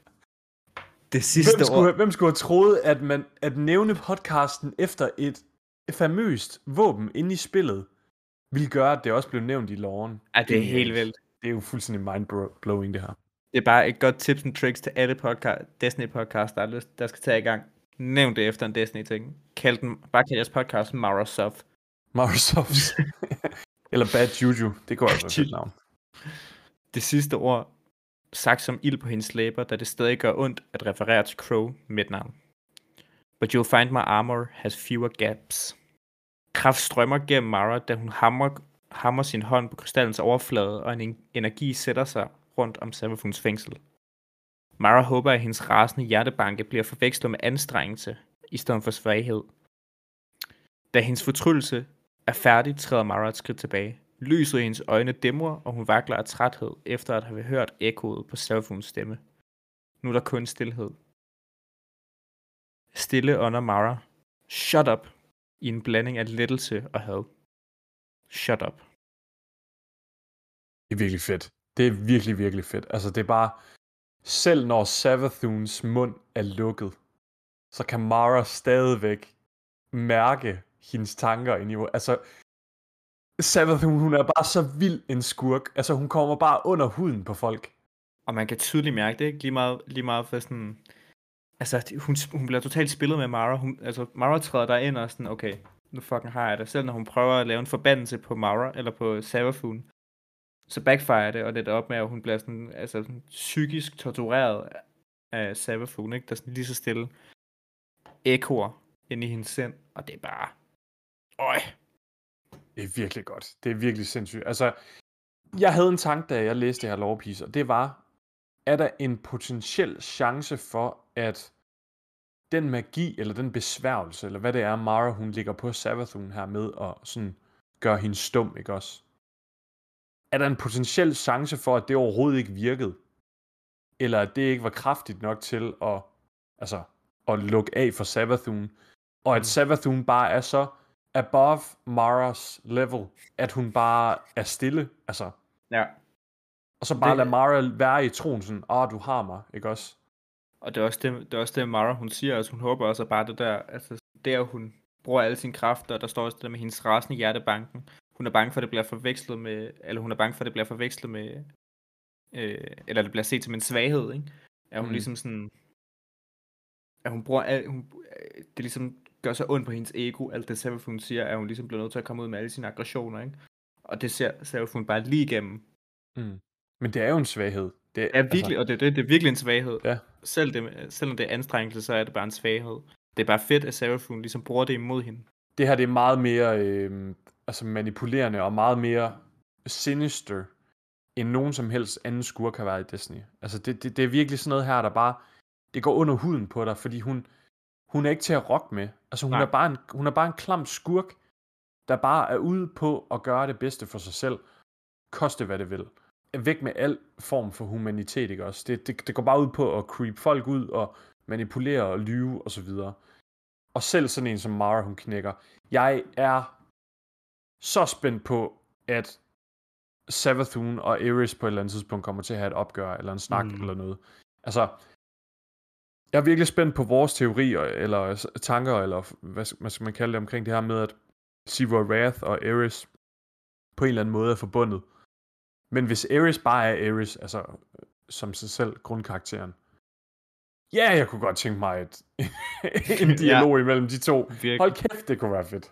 Det sidste hvem skulle, ord. Hvem skulle have troet, at, man, at nævne podcasten efter et famøst våben inde i spillet, ville gøre, at det også blev nævnt i loven? Ja, det er helt vildt. Det er jo fuldstændig mind-blowing, det her. Det er bare et godt tips and tricks til alle podcast, Destiny-podcast, der, er, der skal tage i gang. Nævn det efter en Destiny-ting. Kald den, bare kald jeres podcast Marasoft. Marasoft. Eller Bad Juju. Det går altså et navn. Det sidste ord, sagt som ild på hendes læber, da det stadig gør ondt at referere til Crow med et navn. But you'll find my armor has fewer gaps. Kraft strømmer gennem Mara, da hun hammer, hammer sin hånd på krystallens overflade, og en energi sætter sig rundt om Savafruns fængsel. Mara håber, at hendes rasende hjertebanke bliver forvekslet med anstrengelse, i stedet for svaghed. Da hendes fortryllelse er færdig, træder Mara et skridt tilbage. Lyset i hendes øjne dæmrer, og hun vakler af træthed, efter at have hørt ekkoet på Savafruns stemme. Nu er der kun stilhed. Stille under Mara. Shut up! I en blanding af lettelse og had. Shut up. Det er virkelig fedt. Det er virkelig, virkelig fedt. Altså, det er bare... Selv når Savathuns mund er lukket, så kan Mara stadigvæk mærke hendes tanker i niveau. Altså, Savathun, hun er bare så vild en skurk. Altså, hun kommer bare under huden på folk. Og man kan tydeligt mærke det, ikke? Lige meget, lige meget for sådan... Altså, hun, hun bliver totalt spillet med Mara. Hun, altså, Mara træder der ind og sådan, okay, nu fucking har jeg det. Selv når hun prøver at lave en forbandelse på Mara, eller på Savathun, så backfire det, og det er op med, at hun bliver sådan, altså, sådan psykisk tortureret af Savathun, ikke? Der er sådan lige så stille ekkoer inde i hendes sind, og det er bare... Øj! Det er virkelig godt. Det er virkelig sindssygt. Altså, jeg havde en tanke, da jeg læste det her lore piece, og det var, er der en potentiel chance for, at den magi, eller den besværgelse, eller hvad det er, Mara, hun ligger på Savathun her med, og sådan gør hende stum, ikke også? Er der en potentiel chance for, at det overhovedet ikke virkede? Eller at det ikke var kraftigt nok til at, altså, at lukke af for Savathun? Og at Mm. Savathun bare er så above Maras level, at hun bare er stille, altså. Ja. Og så bare Det- lade Mara være i troen, sådan, åh, du har mig, ikke også? Og det er også det, det, er også det Mara, hun siger, altså hun håber også at bare det der, altså der hun bruger alle sine kræfter, og der står også det der med hendes rasende hjertebanken. Hun er bange for, at det bliver forvekslet med, eller hun er bange for, at det bliver forvekslet med, øh, eller det bliver set som en svaghed, ikke? Er hun Mm. ligesom sådan, at hun bruger, al, hun, det ligesom gør sig ondt på hendes ego, alt det Savathun siger, at hun ligesom bliver nødt til at komme ud med alle sine aggressioner, ikke? Og det ser Savathun bare lige igennem. Mm. Men det er jo en svaghed. Det Ja, virkelig, altså, og det, det, det er virkelig en svaghed. Ja. Selv det, selvom det er anstrengelse, så er det bare en svaghed. Det er bare fedt, at Seraphine ligesom bruger det imod hende. Det her det er meget mere øh, altså manipulerende og meget mere sinister, end nogen som helst anden skurk kan være i Destiny. Altså det, det, det er virkelig sådan noget her, der bare, det går under huden på dig, fordi hun, hun er ikke til at rokke med. Altså hun Nej. er, bare en, hun er bare en klam skurk, der bare er ude på at gøre det bedste for sig selv, koste hvad det vil. Væk med al form for humanitet, ikke også? Det, det, det går bare ud på at creep folk ud og manipulere og lyve og så videre. Og selv sådan en som Mara, hun knækker. Jeg er så spændt på, at Savathun og Aerys på et eller andet tidspunkt kommer til at have et opgør, eller en snak, mm. eller noget. Altså, jeg er virkelig spændt på vores teorier, eller tanker, eller hvad, hvad skal man kalde det, omkring det her med, at Siva Wrath og Aerys på en eller anden måde er forbundet. Men hvis Aerys bare er Aerys, altså som sig selv, grundkarakteren, ja, jeg kunne godt tænke mig et, en dialog ja. imellem de to. Virkelig. Hold kæft, det kunne være fedt.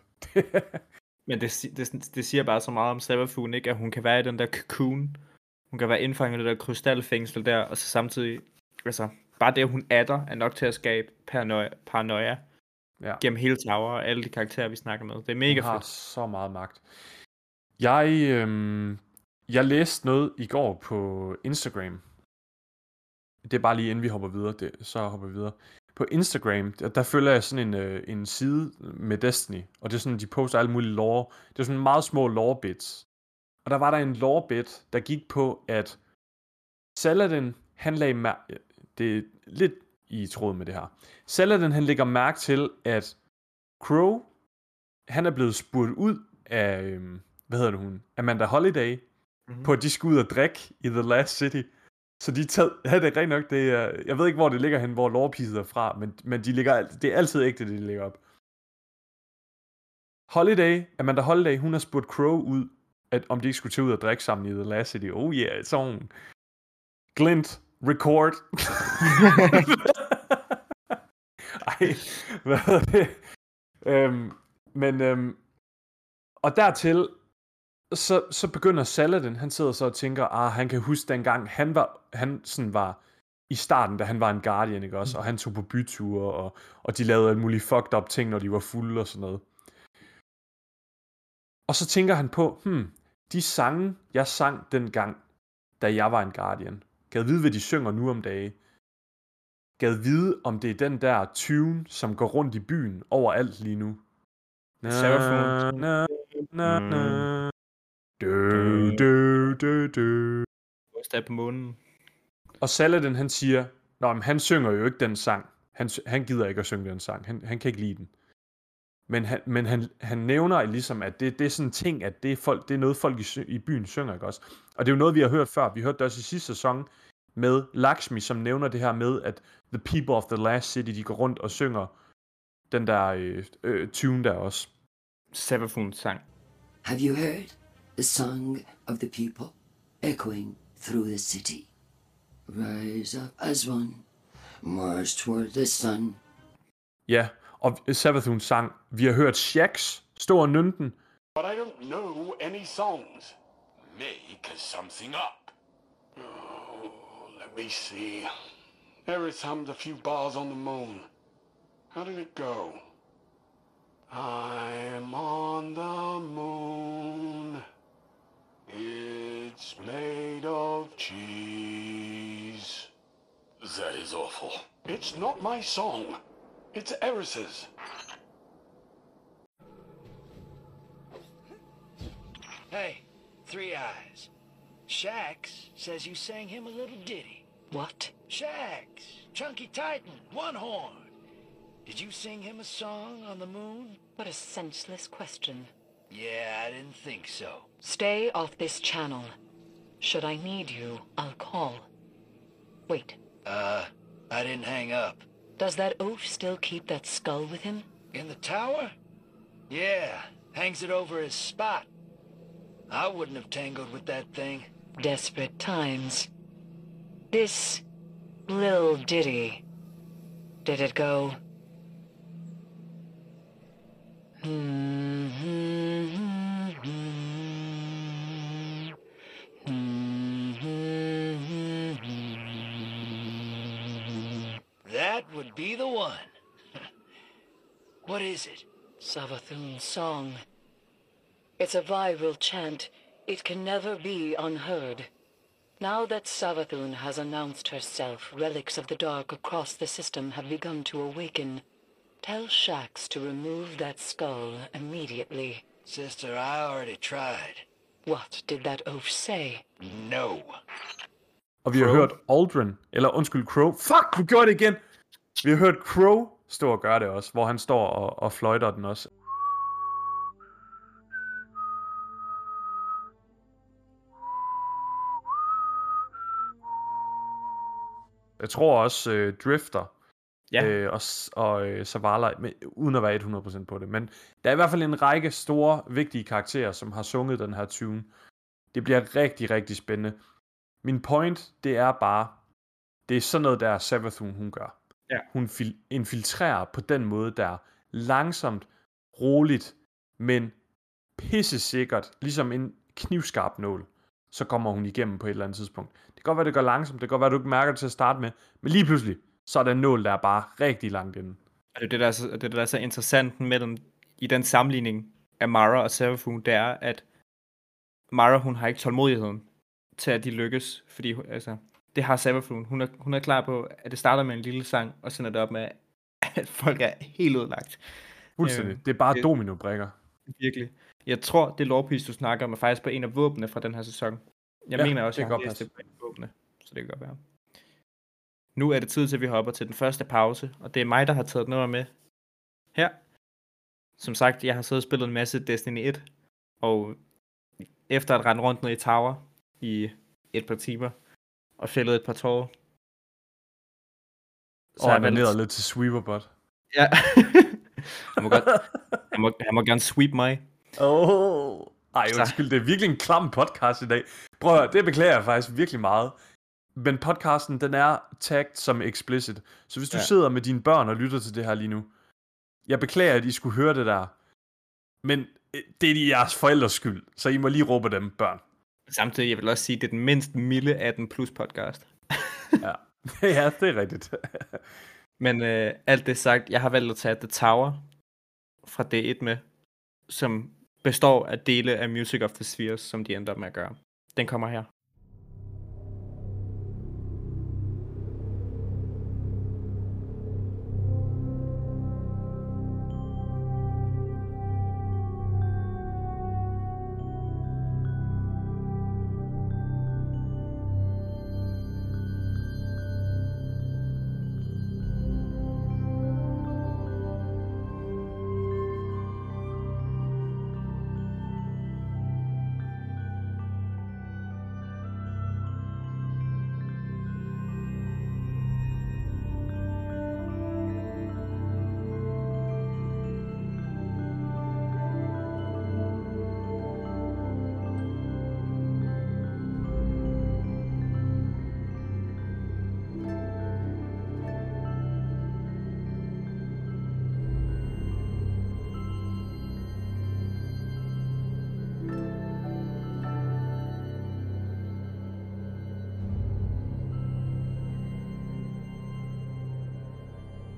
Men det, det, det siger bare så meget om Savathun, ikke? At hun kan være i den der cocoon. Hun kan være indfanget i det der krystalfængsel der, og så samtidig, altså, bare det, at hun er der, er nok til at skabe paranoia, paranoia ja. gennem hele Tower og alle de karakterer, vi snakker med. Det er mega hun har fedt. Så meget magt. Jeg, øhm, jeg læste noget i går på Instagram. Det er bare lige inden vi hopper videre, det, så hopper vi videre. På Instagram, der, der følger jeg sådan en, øh, en side med Destiny, og det er sådan, de poster alle mulige lore. Det er sådan meget små lore bits. Og der var der en lore bit, der gik på, at Saladin, han lagde mærke, det er lidt i tråd med det her. Saladin, han lægger mærke til, at Crow, han er blevet spurgt ud af, øh, hvad hedder det hun, Amanda Holiday, mm-hmm. på at de skal ud og drikke i The Last City. Så de tager, ja, det er rent nok, det er, jeg ved ikke, hvor det ligger hen, hvor lorepiecet er fra, men, men de ligger, det er altid ægte, det de ligger op. Holiday, Amanda Holiday, hun har spurgt Crow ud, at om de ikke skulle tage ud og drikke sammen i The Last City. Oh yeah, it's on. Glint, record. Ej, hvad hedder det? Øhm, men, øhm, og dertil, Så, så begynder Saladin, han sidder så og tænker, ah, han kan huske dengang, han var, han sådan var i starten, da han var en Guardian, ikke også, og han tog på byture, og, og de lavede alle mulige fucked up ting, når de var fulde og sådan noget. Og så tænker han på, hmm, de sange, jeg sang dengang, da jeg var en Guardian, gad vide, hvad de synger nu om dage. Gad vide, om det er den der tune, som går rundt i byen overalt lige nu. Na, na, na, na. Dø, dø, dø, dø. Stad på månen. Og Saladin, han siger, nå, men han synger jo ikke den sang. Han, han gider ikke at synge den sang. Han, han kan ikke lide den. Men han, men han, han nævner ligesom, at det, det er sådan en ting, at det er, folk, det er noget, folk i, i byen synger, ikke også? Og det er jo noget, vi har hørt før. Vi hørte det også i sidste sæson med Lakshmi, som nævner det her med, at the people of the last city, de går rundt og synger den der øh, øh, tune der også. Savathun's sang. Have you heard the song of the people echoing through the city? Rise up as one, march toward the sun. Ja, og Savathun sang, vi har hørt Shax stå og nynde den. But I don't know any songs. Make something up. Oh, let me see. Eris hummed a few bars on the moon. How did it go? I'm on the moon. It's made of cheese. That is awful. It's not my song. It's Eris's. Hey, Three Eyes. Shax says you sang him a little ditty. What? Shax, Chunky Titan, One Horn. Did you sing him a song on the moon? What a senseless question. Yeah, I didn't think so. Stay off this channel. Should I need you, I'll call. Wait. Uh, I didn't hang up. Does that oaf still keep that skull with him? In the tower? Yeah, hangs it over his spot. I wouldn't have tangled with that thing. Desperate times. This Lil Ditty. Did it go? That would be the one. What is it? Savathun's song. It's a viral chant. It can never be unheard. Now that Savathun has announced herself, relics of the dark across the system have begun to awaken. Tell Shax to remove that skull immediately. Sister, I already tried. What did that oaf say? No. Og vi har Crow. hørt Aldrin, eller undskyld, Crow. Fuck, du gjorde det igen! Vi har hørt Crow stå og gøre det også, hvor han står og, og fløjter den også. Jeg tror også øh, Drifter Ja. øh, og, s- og øh, Zavala, men, uden at være hundrede procent på det. Men der er i hvert fald en række store, vigtige karakterer, som har sunget den her tune. Det bliver rigtig, rigtig spændende. Min point, det er bare, det er sådan noget, der Savathun, hun gør. Ja. Hun fil- infiltrerer på den måde, der langsomt, roligt, men pissesikkert, ligesom en knivskarp nål, så kommer hun igennem på et eller andet tidspunkt. Det kan godt være, det går langsomt, det kan godt være, du ikke mærker det til at starte med, men lige pludselig, så er der en nål, der er bare rigtig langt inde. Og det er det, der er så, det, er det, der er så interessant mellem, i den sammenligning af Mara og Savathun, det er, at Mara, hun har ikke tålmodigheden til, at de lykkes, fordi hun- altså, det har Savathun. Hun er, hun er klar på, at det starter med en lille sang, og sender det op med, at folk er helt udlagt. Fuldstændig. Øh, Det er bare det- dominobrikker. Virkelig. Jeg tror, det lårpiece, du snakker om, er faktisk på en af våbnene fra den her sæson. Jeg Ja, mener også, det at kan jeg godt har læst det på en af våbnene, så det kan godt være. Nu er det tid til, at vi hopper til den første pause, og det er mig, der har taget noget med her. Som sagt, jeg har siddet og spillet en masse Destiny et, og efter at rende rundt ned i Tower i et par timer, og fældet et par tårer, Og har han er jeg ned valgt- lidt til Sweeperbot. Ja. han, må godt, han, må, han må gerne sweep mig. Åh. Oh. Ej, Så- undskyld, det er virkelig en klam podcast i dag. Prøv at høre, det beklager jeg faktisk virkelig meget. Men podcasten, den er tagged som explicit. Så hvis du Ja. sidder med dine børn og lytter til det her lige nu, jeg beklager, at I skulle høre det der. Men øh, det er de jeres forældres skyld, så I må lige råbe dem, børn. Samtidig, jeg vil også sige, at det er den mindst milde atten plus podcast. Ja, ja det er rigtigt. Men øh, alt det sagt, jeg har valgt at tage The Tower fra D et med, som består af dele af Music of the Spheres, som de endte op med at gøre. Den kommer her.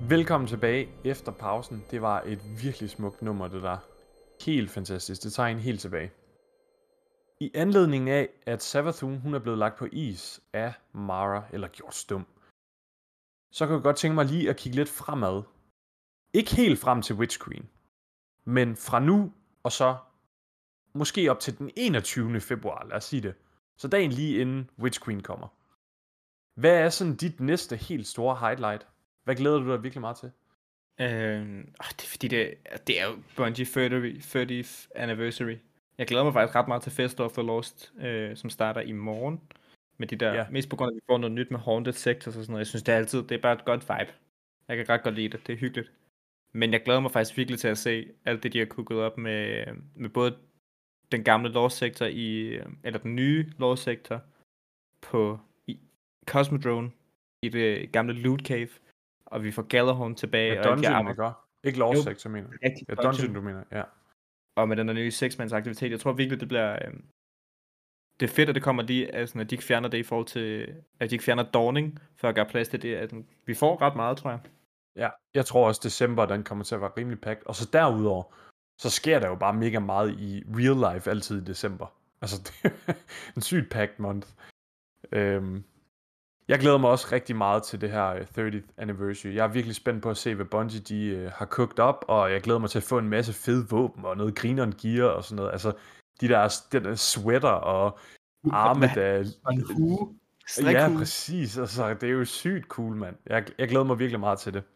Velkommen tilbage efter pausen. Det var et virkelig smukt nummer, det der. Helt fantastisk. Det tager en helt tilbage. I anledning af, at Savathun hun er blevet lagt på is af Mara, eller gjort stum, så kan jeg godt tænke mig lige at kigge lidt fremad. Ikke helt frem til Witch Queen, men fra nu og så måske op til den enogtyvende februar, lad os sige det. Så dagen lige inden Witch Queen kommer. Hvad er sådan dit næste helt store highlight? Hvad glæder du dig virkelig meget til? Øh, det er fordi, det, det er jo Bungie thirtieth anniversary. Jeg glæder mig faktisk ret meget til Festival of the Lost, øh, som starter i morgen. Med de der, Ja. mest på grund af, at vi får noget nyt med Haunted Sectors og sådan noget. Jeg synes, det er altid, det er bare et godt vibe. Jeg kan ret godt lide det, det er hyggeligt. Men jeg glæder mig faktisk virkelig til at se alt det, de har kukket op med, med både den gamle Lost Sector i, eller den nye Lost Sector på i Cosmodrome i det gamle Loot Cave. Og vi får Gjallarhorn tilbage. Ja, og alle de Dungeon, andre- ikke? Ikke Lost Jo, Sector, mener jeg. rigtig Ja, Dungeon. Dungeon, du mener, ja. Og med den der nye seksmands aktivitet. Jeg tror virkelig, det bliver... Øh, det er fedt, at det kommer lige, altså, at de ikke fjerner det i forhold til... At de ikke fjerner Dawning, for at gøre plads til det. At, vi får ret meget, tror jeg. Ja, jeg tror også, december, den kommer til at være rimelig packed. Og så derudover, så sker der jo bare mega meget i real life altid i december. Altså, det er en sygt packed month. Øhm, jeg glæder mig også rigtig meget til det her thirtieth anniversary. Jeg er virkelig spændt på at se, hvad Bungie de uh, har cooked op, og jeg glæder mig til at få en masse fede våben og noget grineren gear og sådan noget. Altså, de der, de der sweater og arme, der... Og en hue. Ja, Strikhue. præcis. Altså, det er jo sygt cool, mand. Jeg, jeg glæder mig virkelig meget til det.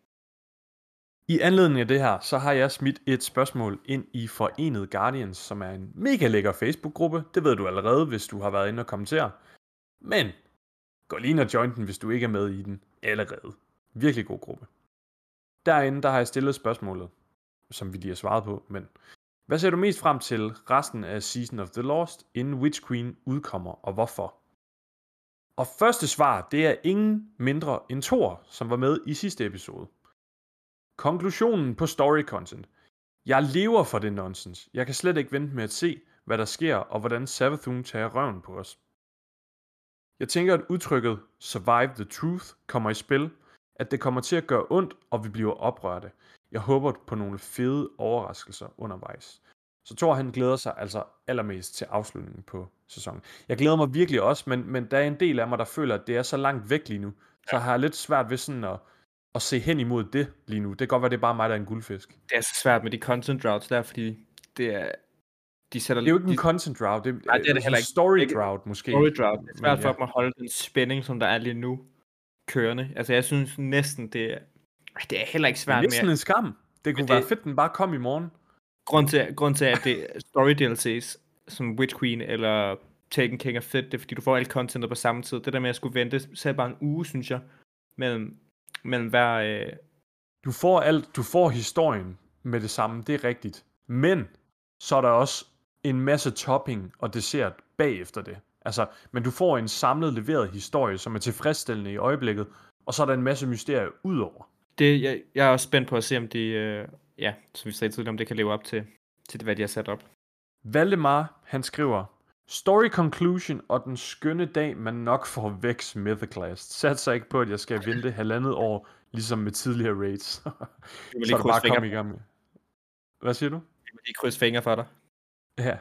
I anledning af det her, så har jeg smidt et spørgsmål ind i Forenet Guardians, som er en mega lækker Facebook-gruppe. Det ved du allerede, hvis du har været inde og kommentere. Men gå lige ind og join den, hvis du ikke er med i den allerede. Virkelig god gruppe. Derinde, der har jeg stillet spørgsmålet, som vi lige har svaret på, men hvad ser du mest frem til resten af Season of the Lost, inden Witch Queen udkommer, og hvorfor? Og første svar, det er ingen mindre end Thor, som var med i sidste episode. Konklusionen på story content. Jeg lever for det nonsens. Jeg kan slet ikke vente med at se, hvad der sker, og hvordan Savathun tager røven på os. Jeg tænker, at udtrykket Survive the Truth kommer i spil, at det kommer til at gøre ondt, og vi bliver oprørte. Jeg håber på nogle fede overraskelser undervejs. Så Thor han glæder sig altså allermest til afslutningen på sæsonen. Jeg glæder mig virkelig også, men, men der er en del af mig, der føler, at det er så langt væk lige nu. Så har jeg lidt svært ved sådan at, at se hen imod det lige nu. Det kan godt være, det er bare mig, der er en guldfisk. Det er så svært med de content droughts der, fordi det er... De sætter, Det er jo ikke de, en content drought, det er, Nej, det er det heller en ikke. story Ikke- drought måske. story drought. Det er svært Men for ja. dem at holde den spænding, som der er lige nu, kørende. Altså, jeg synes næsten, det er... Ej, det er heller ikke Det er svært næsten mere. en skam. Det kunne det- være fedt, den bare kom i morgen. Grund til, grund til, at det er story D L C's, som Witch Queen eller Taken King er fedt, det er, fordi du får alt contentet på samme tid. Det der med at skulle vente selv bare en uge, synes jeg, mellem, mellem hver... Øh, Du får alt, du får historien med det samme, det er rigtigt. Men så er der også en masse topping og dessert bagefter det. Altså, men du får en samlet leveret historie, som er tilfredsstillende i øjeblikket, og så er der en masse mysterier udover. det, jeg, jeg er også spændt på at se, om de... Øh, ja, som vi sagde tidligere, om det kan leve op til, til hvad de har sat op. Valdemar, han skriver, Story conclusion og den skønne dag, man nok får væk Smithclast. Satser ikke på, at jeg skal vente halvandet år, ligesom med tidligere raids. Så vil er lige du bare krydse fingre. komme i gang med. Hvad siger du? Jeg vil lige krydse fingre for dig. Ja.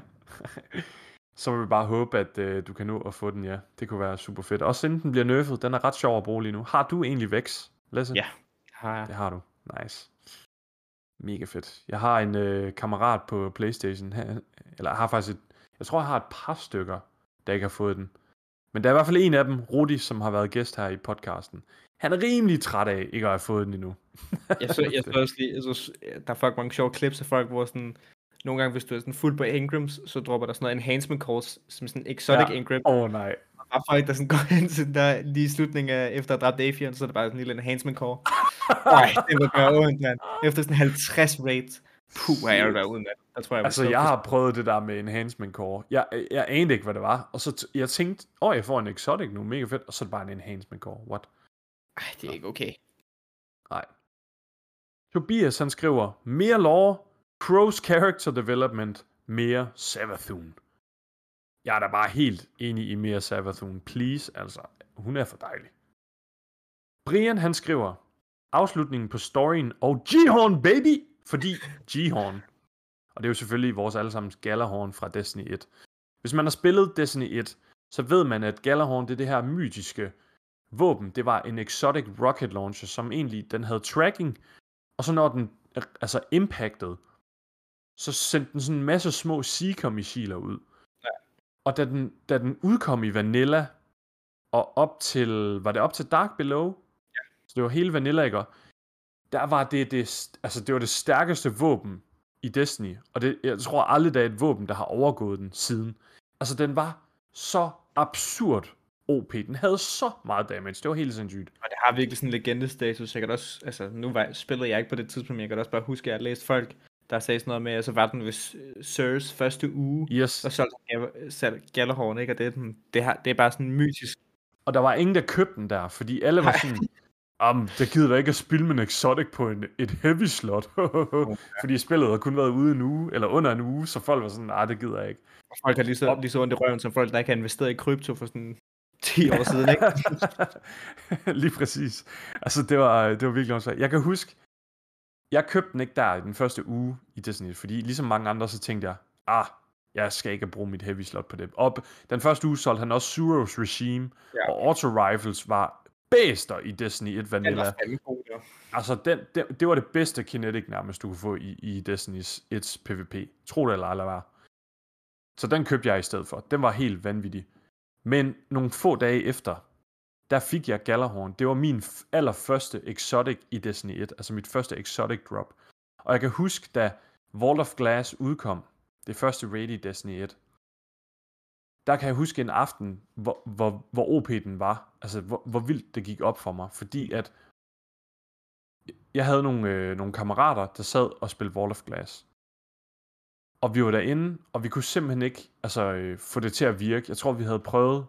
Så vil vi bare håbe, at øh, du kan nå at få den, ja. Det kunne være super fedt. Også inden den bliver nerfed, den er ret sjov at bruge lige nu. Har du egentlig Vex, Lasse? Ja. Har jeg. Det har du. Nice. Mega fedt. Jeg har en øh, kammerat på PlayStation, han, eller jeg har faktisk et, jeg tror, jeg har et par stykker, der ikke har fået den. Men der er i hvert fald en af dem, Rudi, som har været gæst her i podcasten. Han er rimelig træt af ikke at have fået den endnu. Jeg så, jeg så også lige, jeg så, der er fucking mange sjove clips af folk, hvor sådan, nogle gange, hvis du er sådan fuld på engrams, så dropper der sådan noget enhancement calls, som sådan exotic Ja. engram. Åh oh, nej. Og folk, der sådan går hen til den der, lige i slutningen af, efter at have dræbt Afion, så er der bare sådan en lille enhancement call. Ej, det vil gøre ondt, mand. Efter sådan halvtreds raids. Puh, hvor er det der uden, mand. Der tror jeg, Altså, jeg har prøvet det der med enhancement core. Jeg, jeg anede ikke, hvad det var. Og så t- jeg tænkte, åh, oh, jeg får en exotic nu, mega fedt. Og så er det bare en enhancement core. What? Ej, det er ikke okay. Nej. Tobias, han skriver, mere lore, Crow's character development, mere Savathun. Jeg er da bare helt enig i mere Savathun. Please, altså. Hun er for dejlig. Brian, han skriver, afslutningen på storyen og G-Horn, baby! Fordi G-Horn, og det er jo selvfølgelig vores allesammens Gjallarhorn fra Destiny et. Hvis man har spillet Destiny et, så ved man, at Gjallarhorn, det er det her mytiske våben. Det var en exotic rocket launcher, som egentlig, den havde tracking, og så når den altså impacted, så sendte den sådan en masse små Seeker-missiler ud. Ja. Og da den, da den udkom i Vanilla, og op til, var det op til Dark Below? Ja. Så det var hele Vanilla, ikke? Der var det, det, altså det var det stærkeste våben i Destiny, og det, jeg tror aldrig, der er et våben, der har overgået den siden. Altså, den var så absurd O P. Den havde så meget damage. Det var helt sindssygt. Og det har virkelig sådan en legendestatus. Jeg kan også, altså, nu var, spillede jeg ikke på det tidspunkt, men jeg kan også bare huske, at jeg har læst folk, der sagde sådan noget med, altså var den ved Sirs første uge, yes. og så Gjallarhorn, ikke? Og det, det, har, det er bare sådan mytisk. Og der var ingen, der købte den der, fordi alle var sådan, um, der gider da ikke at spille med en exotic på en, et heavy slot. Okay. Fordi spillet har kun været ude en uge, eller under en uge, så folk var sådan, nej, det gider jeg ikke. Og folk har lige så, lige så ondt i røven, som folk, der ikke har investeret i krypto for sådan ti år siden, ikke? Lige præcis. Altså, det var, det var virkelig åndssvagt. Jeg kan huske, jeg købte den ikke der i den første uge i Destiny, fordi ligesom mange andre, så tænkte jeg, ah, jeg skal ikke bruge mit heavy slot på det. Og den første uge solgte han også Suros Regime, ja. Og Auto Rifles var bæster i Destiny et Vanilla. Den var fandme god, ja. Altså, den, den, det var det bedste kinetic nærmest, du kunne få i, i Destiny et's PvP. Tro det eller ej, eller hvad. Så den købte jeg i stedet for. Den var helt vanvittig. Men nogle få dage efter, der fik jeg Gjallarhorn. Det var min allerførste exotic i Destiny et. Altså mit første exotic drop. Og jeg kan huske, da Vault of Glass udkom, det første raid i Destiny et, der kan jeg huske en aften, hvor, hvor, hvor O P den var. Altså, hvor, hvor vildt det gik op for mig. Fordi at jeg havde nogle, øh, nogle kammerater, der sad og spillede Vault of Glass. Og vi var derinde, og vi kunne simpelthen ikke altså, øh, få det til at virke. Jeg tror, vi havde prøvet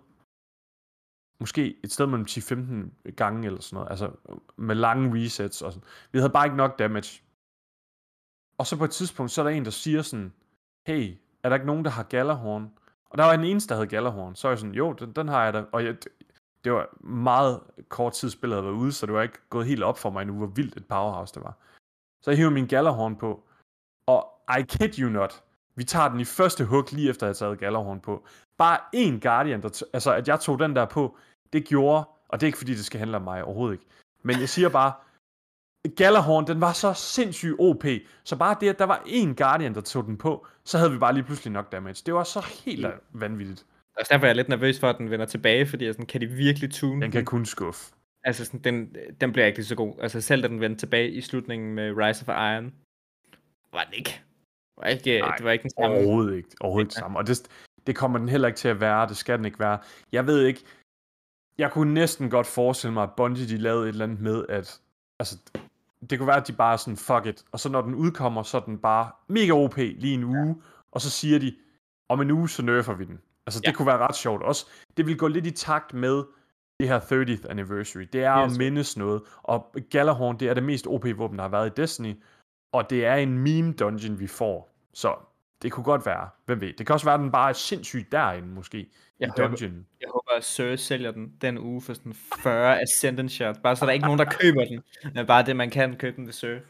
måske et sted mellem ti til femten gange eller sådan noget. Altså med lange resets og sådan. Vi havde bare ikke nok damage. Og så på et tidspunkt, så er der en, der siger sådan, hey, er der ikke nogen, der har Gjallarhorn? Og der var en eneste, der havde Gjallarhorn. Så er jeg sådan, jo, den, den har jeg da. Og jeg, det var meget kort tid, spillet havde været ude, så det var ikke gået helt op for mig nu, hvor vildt et powerhouse det var. Så jeg hiver min Gjallarhorn på, og I kid you not, vi tager den i første hug lige efter at have taget Gjallarhorn på. Bare én Guardian, der t- altså at jeg tog den der på, det gjorde, og det er ikke fordi det skal handle om mig overhovedet ikke, men jeg siger bare, Gjallarhorn, den var så sindssygt O P, så bare det, at der var én Guardian, der tog den på, så havde vi bare lige pludselig nok damage. Det var så helt ja. vanvittigt. Og derfor er jeg lidt nervøs for, at den vender tilbage, fordi sådan, kan de virkelig tune den? kan kun skuffe. Altså, sådan, den, den bliver ikke så god. Altså, selv da den vendte tilbage i slutningen med Rise of Iron, var den ikke. Det var ikke, Nej, det var ikke den samme. Overhovedet ikke. Overhovedet ikke samme. Og det, det kommer den heller ikke til at være. Det skal den ikke være. Jeg ved ikke. Jeg kunne næsten godt forestille mig, at Bungie de lavede et eller andet med, at altså, det kunne være, at de bare er sådan, fuck it. Og så når den udkommer, så er den bare mega O P lige en uge. Ja. Og så siger de, om en uge, så nerfer vi den. Altså, det ja. kunne være ret sjovt. Også, det vil gå lidt i takt med det her thirtieth anniversary. Det er yes. at mindes noget. Og Gjallarhorn, det er det mest O P-våben, der har været i Destiny. Og det er en meme dungeon, vi får. Så det kunne godt være. Hvem ved? Det kan også være, at den bare er sindssygt derinde, måske. Jeg i håber, dungeon. Jeg håber, at Sir sælger den den uge for sådan fyrre Ascendant shots. Bare så der er ikke nogen, der køber den. Men bare det, man kan købe den ved Sir.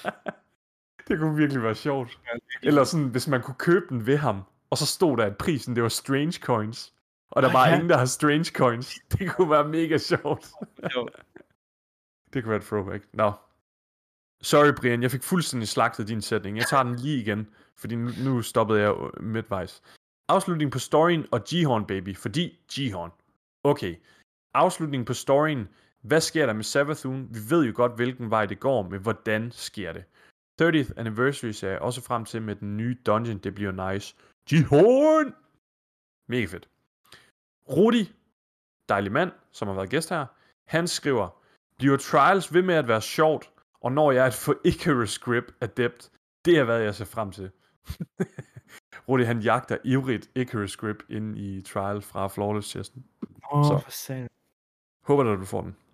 Det kunne virkelig være sjovt. Eller sådan, hvis man kunne købe den ved ham, og så stod der, at prisen, det var Strange Coins. Og der var okay. ingen, der har Strange Coins. Det kunne være mega sjovt. Det kunne være et throwback. Nå. No. Sorry, Brian, jeg fik fuldstændig slagtet din sætning. Jeg tager den lige igen, fordi nu, nu stoppede jeg midtvejs. Afslutning på storyen og G-Horn, baby, fordi G-Horn. Okay. Afslutning på storyen. Hvad sker der med Savathun? Vi ved jo godt, hvilken vej det går, men hvordan sker det? thirtieth anniversary ser jeg også frem til med den nye dungeon. Det bliver nice. G-Horn! Mega fedt. Rudi, dejlig mand, som har været gæst her, han skriver, bliver Trials ved med at være sjovt, og når jeg er at få Icarus Grip adept, det er hvad jeg ser frem til. Rudi, han jagter ivrigt Icarus Grip inde i Trial fra Flawless Chesten. Åh, oh, for satan. Håber da, du får den.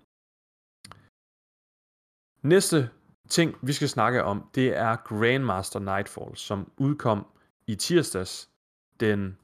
Næste ting, vi skal snakke om, det er Grandmaster Nightfall, som udkom i tirsdags den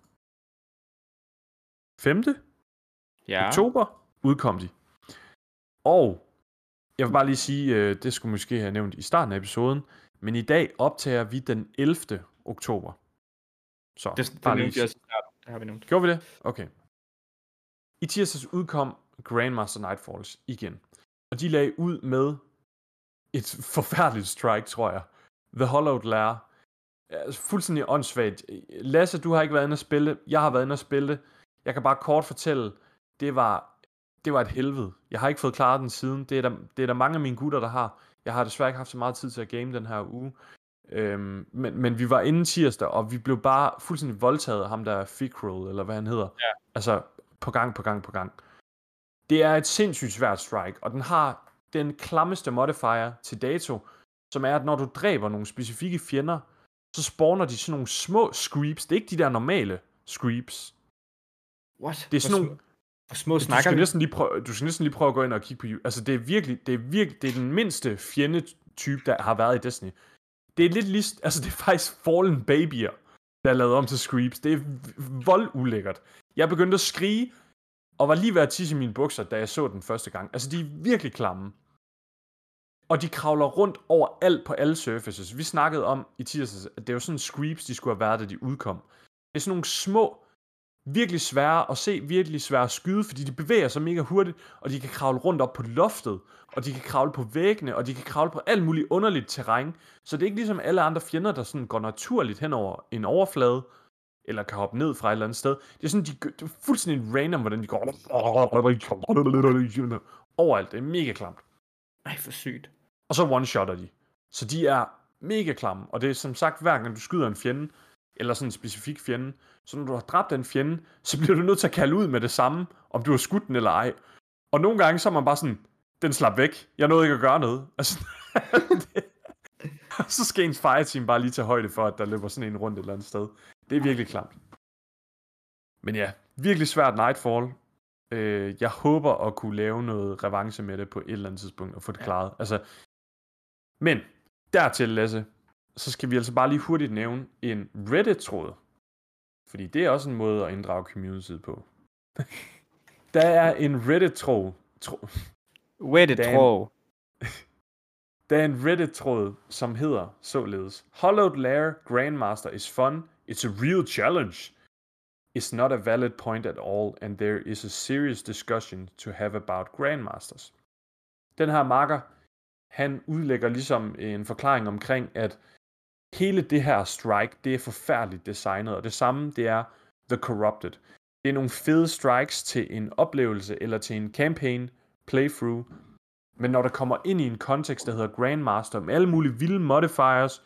femte Ja. oktober udkom de. Og Jeg vil bare lige sige, øh, det skulle måske have nævnt i starten af episoden, men i dag optager vi den ellevte oktober. Så, Det, det bare nævnte lige... vi også i starten. Det har vi nævnt. Gjorde vi det? Okay. I tirsdags udkom Grandmaster Nightfalls igen. Og de lagde ud med et forfærdeligt strike, tror jeg. The Hollowed Lair. Altså, fuldstændig åndssvagt. Lasse, du har ikke været inde at spille. Jeg har været inde at spille. Jeg kan bare kort fortælle, det var, det var et helvede. Jeg har ikke fået klaret den siden. Det er, der, det er der mange af mine gutter, der har. Jeg har desværre ikke haft så meget tid til at game den her uge. Øhm, men, men vi var inde tirsdag, og vi blev bare fuldstændig voldtaget af ham der Fickrol, eller hvad han hedder. Ja. Altså, på gang, på gang, på gang. Det er et sindssygt svært strike, og den har den klammeste modifier til dato, som er, at når du dræber nogle specifikke fjender, så spawner de sådan nogle små screeps. Det er ikke de der normale screeps. What? Det er sådan hvor nogle... Hvor små Du snakker skal, vi? næsten lige prøve, du skal næsten lige prøve at gå ind og kigge på... Altså, det er virkelig... Det er, virkelig, det er den mindste fjendetype, der har været i Destiny. Det er lidt lige... Altså, det er faktisk Fallen Babyer, der er lavet om til screeps. Det er voldulækkert. Jeg begyndte at skrige, og var lige ved at tisse i mine bukser, da jeg så den første gang. Altså, de er virkelig klamme. Og de kravler rundt over alt på alle surfaces. Vi snakkede om i tirsdags, at det var sådan screeps, de skulle have været, da de udkom. Det er sådan nogle små, virkelig svære at se, virkelig svære at skyde, fordi de bevæger sig mega hurtigt, og de kan kravle rundt op på loftet, og de kan kravle på væggene, og de kan kravle på alt muligt underligt terræn. Så det er ikke ligesom alle andre fjender, der sådan går naturligt hen over en overflade, eller kan hoppe ned fra et eller andet sted. Det er sådan, de, det er fuldstændig random, hvordan de går overalt. Det er mega klamt. Ej, for sygt. Og så one-shotter de. Så de er mega klamme. Og det er som sagt, hver gang du skyder en fjende, eller sådan en specifik fjende, så når du har dræbt den fjende, så bliver du nødt til at kalde ud med det samme, om du har skudt den eller ej. Og nogle gange, så er man bare sådan, den slap væk. Jeg nåede ikke at gøre noget. Altså, så skal ens fireteam bare lige tage højde for, at der løber sådan en rundt et eller andet sted. Det er virkelig klamt. Men ja, virkelig svært Nightfall. Øh, jeg håber at kunne lave noget revanche med det på et eller andet tidspunkt og få det klaret. Altså, men dertil, Lasse, så skal vi altså bare lige hurtigt nævne en Reddit-tråd. Fordi det er også en måde at inddrage communityet på. Der er en Reddit-tråd. Tro, Reddit-tråd. Der er en Reddit-tråd, som hedder således: Hollowed Lair Grandmaster is fun. It's a real challenge. It's not a valid point at all, and there is a serious discussion to have about Grandmasters. Den her marker, han udlægger ligesom en forklaring omkring, at hele det her strike, det er forfærdeligt designet, og det samme, det er The Corrupted. Det er nogle fede strikes til en oplevelse, eller til en campaign playthrough, men når der kommer ind i en kontekst, der hedder Grandmaster, med alle mulige vilde modifiers,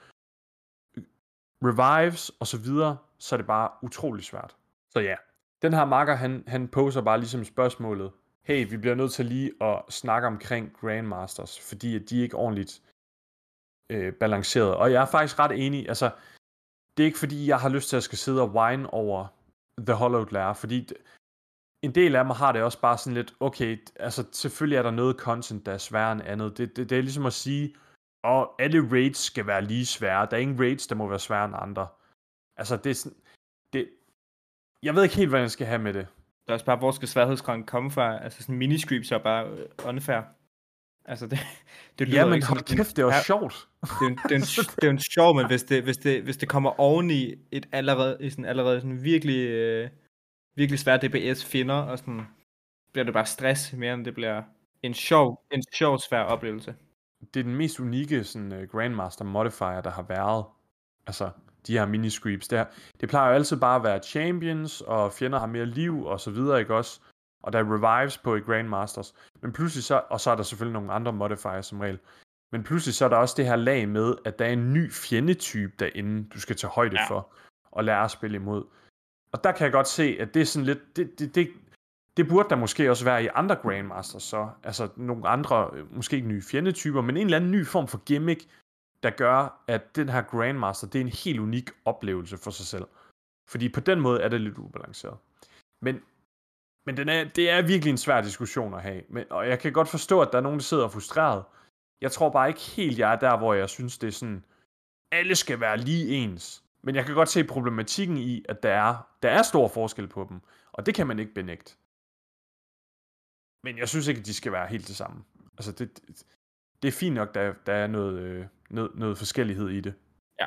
revives osv., så er det bare utrolig svært. Så ja, den her marker, han, han poser bare ligesom spørgsmålet, hey, vi bliver nødt til lige at snakke omkring Grandmasters, fordi at de er ikke ordentligt øh, balanceret. Og jeg er faktisk ret enig, altså, det er ikke fordi, jeg har lyst til at skal sidde og whine over The Hollowed Lair, fordi en del af mig har det også bare sådan lidt, okay, altså selvfølgelig er der noget content, der er sværere end andet. Det, det, det er ligesom at sige, og alle raids skal være lige svære. Der er ingen raids, der må være sværere end andre. Altså, det er sådan, det, jeg ved ikke helt, hvad jeg skal have med det. Det er også bare, hvor skal sværhedsgraden komme fra? Altså sådan miniscreeps er bare øh, unfair. Altså det, det lyder ja, men ikke hold kæft, det var ja, sjovt. Det er, en, det, er en, det er en sjov, men hvis det, hvis det, hvis det kommer oven i et allerede, i sådan allerede sådan virkelig, øh, virkelig svært D P S finder, og sådan, bliver det bare stress mere, end det bliver en sjov, en sjov svær oplevelse. Det er den mest unikke sådan, uh, Grandmaster modifier, der har været. Altså, de her miniscreeps der. Det plejer jo altid bare at være champions, og fjender har mere liv, og så videre, ikke også? Og der er revives på i Grandmasters. Men pludselig så, og så er der selvfølgelig nogle andre modifiers som regel. Men pludselig så er der også det her lag med, at der er en ny fjendetype derinde, du skal tage højde ja. for, og lære at spille imod. Og der kan jeg godt se, at det er sådan lidt, det, det, det, det burde der måske også være i andre Grandmasters så. Altså nogle andre, måske ikke nye fjendetyper, men en eller anden ny form for gimmick, der gør, at den her Grandmaster, det er en helt unik oplevelse for sig selv. Fordi på den måde er det lidt ubalanceret. Men, men den er, det er virkelig en svær diskussion at have. Men, og jeg kan godt forstå, at der er nogen, der sidder frustreret. Jeg tror bare ikke helt, jeg er der, hvor jeg synes, det er sådan, alle skal være lige ens. Men jeg kan godt se problematikken i, at der er, der er stor forskel på dem. Og det kan man ikke benægte. Men jeg synes ikke, at de skal være helt det samme. Altså, det, det er fint nok, der, der er noget, øh, noget, noget forskellighed i det. Ja.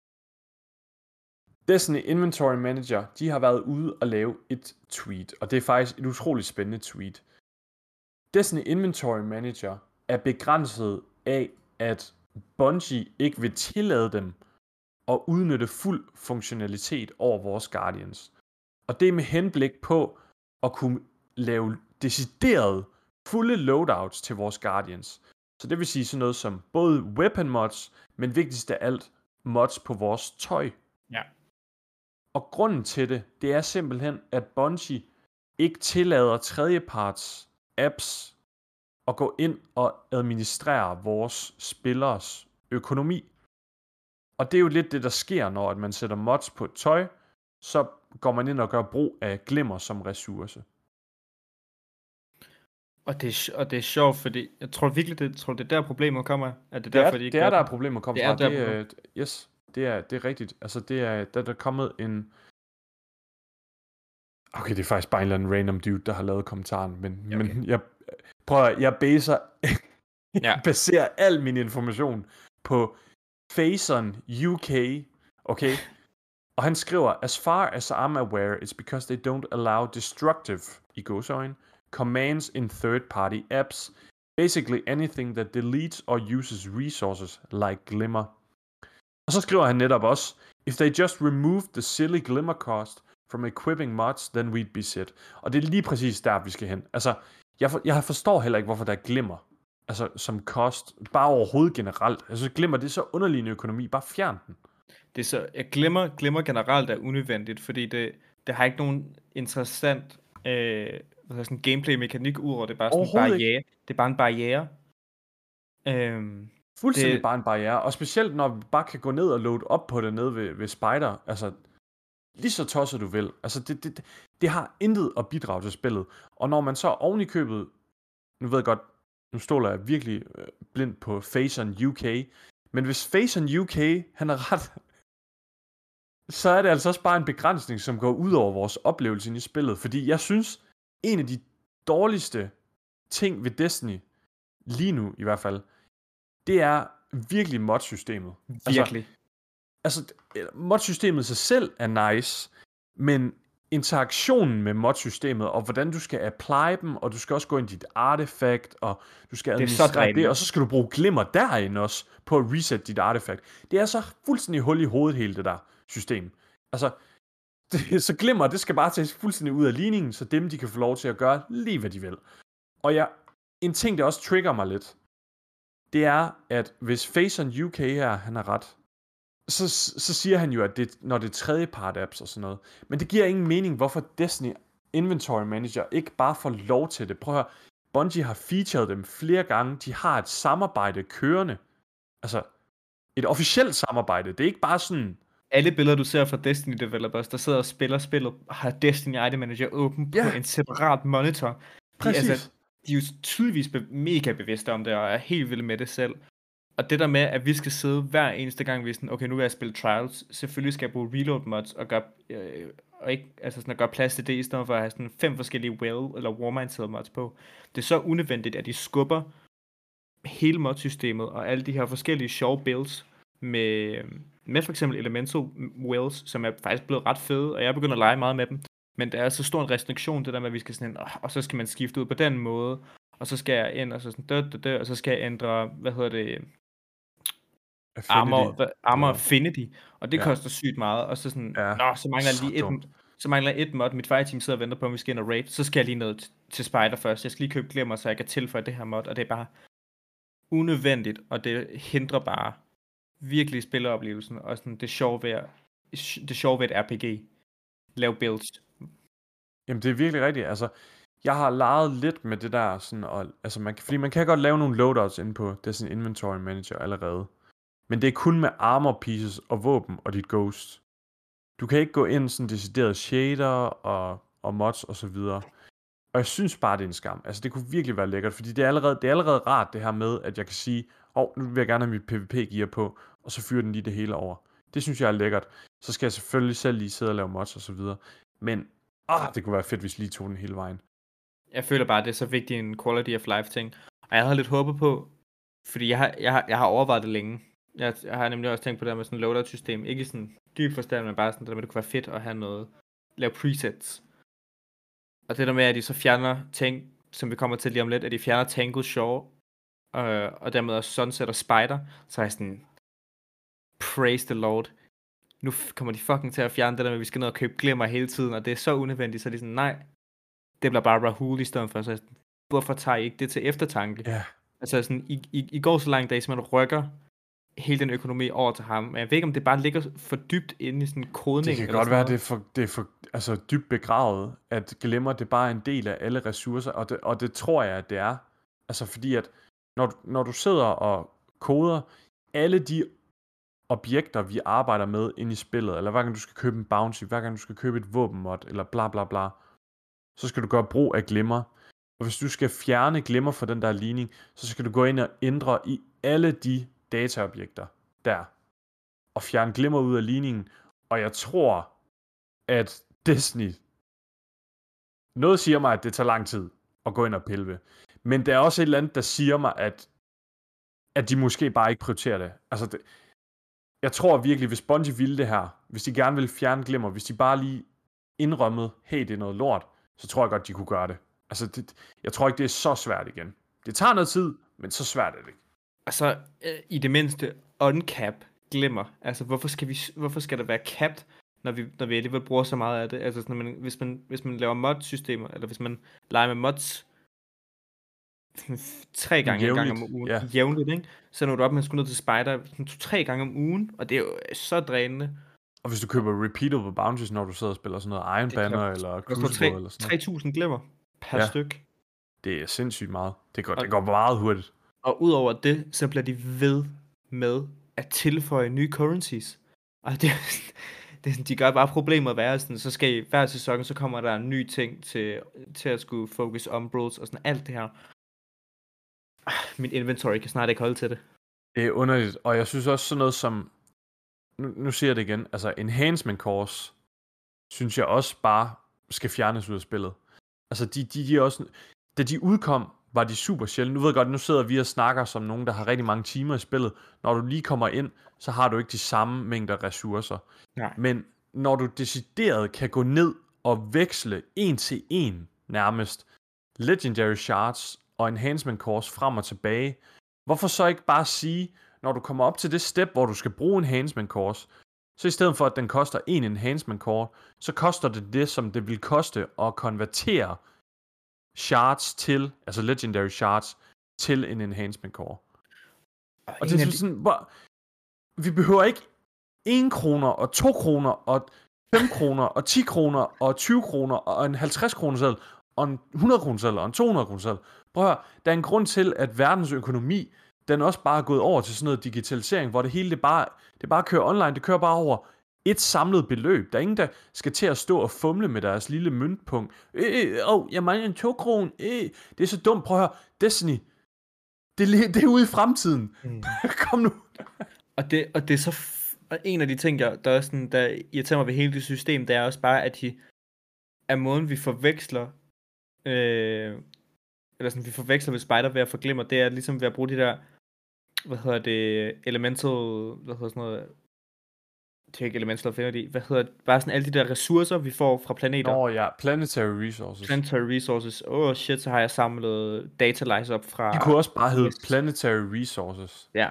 Destiny Inventory Manager, de har været ude og lave et tweet, og det er faktisk et utroligt spændende tweet. Destiny Inventory Manager er begrænset af, at Bungie ikke vil tillade dem at udnytte fuld funktionalitet over vores Guardians. Og det er med henblik på at kunne lave deciderede fulde loadouts til vores Guardians. Så det vil sige sådan noget som både weapon mods, men vigtigst af alt mods på vores tøj. Ja. Og grunden til det, det er simpelthen, at Bungie ikke tillader tredjeparts apps at gå ind og administrere vores spillers økonomi. Og det er jo lidt det, der sker, når at man sætter mods på et tøj, så går man ind og gør brug af glimmer som ressource. Og det, er, og det er sjovt, fordi jeg tror virkelig, det, tror, det er der problemet kommer. At det, det er, derfor, de ikke det er der det. problemet kommer det fra. Er det der er, yes, det er, det er rigtigt. Altså det er, der, der er kommet en... Okay, det er faktisk bare en eller anden random dude, der har lavet kommentaren, men, okay. men jeg prøver, jeg baser, jeg ja. baserer al min information på Faison U K, okay? Og han skriver, as far as I'm aware, it's because they don't allow destructive, i gåseøjne, commands in third-party apps. Basically anything that deletes or uses resources like Glimmer. Og så skriver han netop også, if they just removed the silly Glimmer cost from equipping mods, then we'd be set. Og det er lige præcis der, vi skal hen. Altså, jeg, for, jeg forstår heller ikke, hvorfor der er Glimmer. Altså, som kost. Bare overhovedet generelt. Altså, Glimmer, det er så underlig en økonomi. Bare fjern den. Det er så, jeg glemmer, glemmer generelt er unødvendigt, fordi det, det har ikke nogen interessant øh, sådan gameplay-mekanik ud over det. Er bare sådan en barriere. Det er bare en barriere. Øhm, Fuldstændig det... bare en barriere. Og specielt, når vi bare kan gå ned og load op på det nede ved, ved Spider. Altså, lige så tosset du vil. Altså, det, det, det har intet at bidrage til spillet. Og når man så oven i købet, nu ved jeg godt, nu stoler jeg virkelig øh, blind på Faison U K, men hvis Faison U K, han er ret, så er det altså også bare en begrænsning, som går ud over vores oplevelse inde i spillet. Fordi jeg synes, en af de dårligste ting ved Destiny, lige nu i hvert fald, det er virkelig modsystemet. Virkelig. Altså, altså modsystemet sig selv er nice, men interaktionen med modsystemet, og hvordan du skal apply dem, og du skal også gå ind i dit artefakt, og du skal administrere det, det, og så skal du bruge glimmer derinde også, på at reset dit artefakt. Det er så fuldstændig hul i hovedet, hele det der system. Altså, det, så glimmer, det skal bare tages fuldstændig ud af ligningen, så dem, de kan få lov til at gøre lige, hvad de vil. Og ja, en ting, der også trigger mig lidt, det er, at hvis Faison U K her, han har ret, Så, så siger han jo, at det, når det er tredjepart apps og sådan noget. Men det giver ingen mening, hvorfor Destiny Inventory Manager ikke bare får lov til det. Prøv at høre, Bungie har featured dem flere gange. De har et samarbejde kørende. Altså, et officielt samarbejde. Det er ikke bare sådan... Alle billeder, du ser fra Destiny developers, der sidder og spiller spillet, har Destiny Item Manager åben ja. på en separat monitor. Præcis. De, altså, de er jo tydeligvis be- mega bevidste om det, og er helt vilde med det selv. Og det der med, at vi skal sidde hver eneste gang, vi er sådan, okay, nu vil jeg spille Trials, selvfølgelig skal jeg bruge reload mods, og gøre, øh, og ikke, altså sådan at gøre plads til det, i stedet for at have sådan fem forskellige well- eller warminded mods på. Det er så unødvendigt, at de skubber hele modsystemet, og alle de her forskellige sjove builds, med, med for eksempel Elemental Wells, som er faktisk blevet ret fede, og jeg begynder at lege meget med dem. Men der er så stor en restriktion, det der med, at vi skal sådan, oh, og så skal man skifte ud på den måde, og så skal jeg ind, og så sådan, død, død, død, og så skal jeg ændre, hvad hedder det, Affinity. Armor, Armor Affinity, og det ja. koster sygt meget, og så sådan, ja, nå, så mangler jeg lige et, så mangler et mod, mit fireteam sidder og venter på, om vi skal ind og raid, så skal jeg lige ned t- til Spider først, jeg skal lige købe glimmer, så jeg kan tilføje det her mod, og det er bare unødvendigt, og det hindrer bare virkelig spilleoplevelsen, og sådan det sjove ved, det sjove ved et R P G, lave builds. Jamen det er virkelig rigtigt, altså, jeg har leget lidt med det der, sådan, og, altså man, fordi man kan godt lave nogle loadouts inde på Destiny Inventory Manager allerede. Men det er kun med armor pieces og våben og dit ghost. Du kan ikke gå ind sådan decideret shader og, og mods og så videre. Og jeg synes bare, det er en skam. Altså det kunne virkelig være lækkert, fordi det er allerede, det er allerede rart det her med, at jeg kan sige, åh, oh, nu vil jeg gerne have mit PvP-gear på, og så fyrer den lige det hele over. Det synes jeg er lækkert. Så skal jeg selvfølgelig selv lige sidde og lave mods og så videre. Men, ah, det kunne være fedt, hvis vi lige tog den hele vejen. Jeg føler bare, det er så vigtig en quality of life ting. Og jeg havde lidt håbet på, Fordi jeg har, jeg har, jeg har overvejet det længe. Jeg, jeg har nemlig også tænkt på det der med sådan et loadout-system. Ikke i sådan dyb forstand, men bare sådan, det der med, det kunne være fedt at have noget, lave presets. Og det der med, at de så fjerner ting, som vi kommer til lige om lidt, at de fjerner Tangled Shore, øh, og dermed også Sunset og Spider, så er jeg sådan, praise the Lord. Nu kommer de fucking til at fjerne det der med, at vi skal ned og købe glimmer hele tiden, og det er så unødvendigt, så er de sådan, nej, det bliver bare Rahul i stedet for, så sådan, hvorfor tager I ikke det til eftertanke? Ja. Altså sådan, I, I, I går så langt, at I simpelthen rykker hele den økonomi over til ham, men jeg ved ikke, om det bare ligger for dybt inde i sådan en kodning. Det kan eller godt sådan være, noget. det er for, det er for altså, dybt begravet, at glemmer det bare er en del af alle ressourcer, og det, og det tror jeg, at det er. Altså fordi, at når, når du sidder og koder alle de objekter, vi arbejder med inde i spillet, eller hver gang du skal købe en bounty, hver gang du skal købe et våbenmod, eller bla bla bla, så skal du gøre brug af glimmer. Og hvis du skal fjerne glimmer fra den der ligning, så skal du gå ind og ændre i alle de dataobjekter der, og fjerne glimmer ud af ligningen. Og jeg tror, at Disney, noget siger mig, at det tager lang tid at gå ind og pille ved. Men der er også et eller andet, der siger mig, at, at de måske bare ikke prioriterer det. Altså, det, jeg tror virkelig, hvis Bungie ville det her, hvis de gerne ville fjerne glimmer, hvis de bare lige indrømmede, hey, det er noget lort, så tror jeg godt, de kunne gøre det. Altså, det, jeg tror ikke, det er så svært igen. Det tager noget tid, men så svært er det ikke. Altså, øh, i det mindste, uncap glimmer. Altså, hvorfor skal, vi, hvorfor skal der være capped, når vi, når vi alligevel bruger så meget af det? Altså, sådan, når man, hvis, man, hvis man laver mod-systemer, eller hvis man leger med mods tre gange en gang om ugen, ja. jævnligt, ikke? Så når du op med at skulle ned til Spider sådan to-tre gange om ugen, og det er jo så drænende. Og hvis du køber repeatable bounties, når du sidder og spiller sådan noget Iron Banner eller Crucible eller sådan tre tusind glimmer per ja. styk. Det er sindssygt meget. Det går, og, det går meget hurtigt. Og udover det, så bliver de ved med at tilføje nye currencies. Og det, det, de gør bare problemet værre. Sådan, så skal i hver sæson, så kommer der en ny ting til, til at skulle focus umbros og sådan alt det her. Mit inventory kan snart ikke holde til det. Det er underligt, og jeg synes også sådan noget som, nu, nu siger jeg det igen, altså enhancement course, synes jeg også bare skal fjernes ud af spillet. Altså de, de, de er også, da de udkom, var de super sjældent. Nu ved jeg godt, nu sidder vi og snakker som nogen, der har rigtig mange timer i spillet. Når du lige kommer ind, så har du ikke de samme mængder ressourcer. Nej. Men når du decideret kan gå ned og veksle en til en nærmest legendary shards og enhancement course frem og tilbage, hvorfor så ikke bare sige, når du kommer op til det step, hvor du skal bruge enhancement course, så i stedet for at den koster en enhancement core, så koster det det, som det vil koste at konvertere shards til, altså legendary shards, til en enhancement core. Og, og det er sådan, hvor, vi behøver ikke en kroner og to kroner og fem kroner og ti kroner og tyve kroner og en halvtreds kroner seddel og en hundrede kroner seddel og en to hundrede kroner seddel. Prøv at høre, der er en grund til, at verdens økonomi, den også bare er gået over til sådan noget digitalisering, hvor det hele det bare, det bare kører online, det kører bare over et samlet beløb. Der er ingen, der skal til at stå og fumle med deres lille møntpunkt. Øh, øh, åh, jeg mangler en to kroner. Øh, det er så dumt. Prøv at høre, Destiny, det, det er ude i fremtiden. Mm. Kom nu. og, det, og det er så f- og en af de ting, der, der, er sådan, der irriterer mig ved hele det system, det er også bare, at de, af måden, vi forveksler, øh, eller sådan, vi forveksler ved Spider ved at forglemme, det er ligesom ved at bruge de der, hvad hedder det, elemental, hvad hedder sådan noget, det er ikke elemental affinity, hvad hedder det, bare sådan alle de der ressourcer, vi får fra planeter. Åh oh, ja, planetary resources. Planetary resources. Åh oh, shit, så har jeg samlet data lice op fra... De kunne også bare hedde planetary resources. Ja.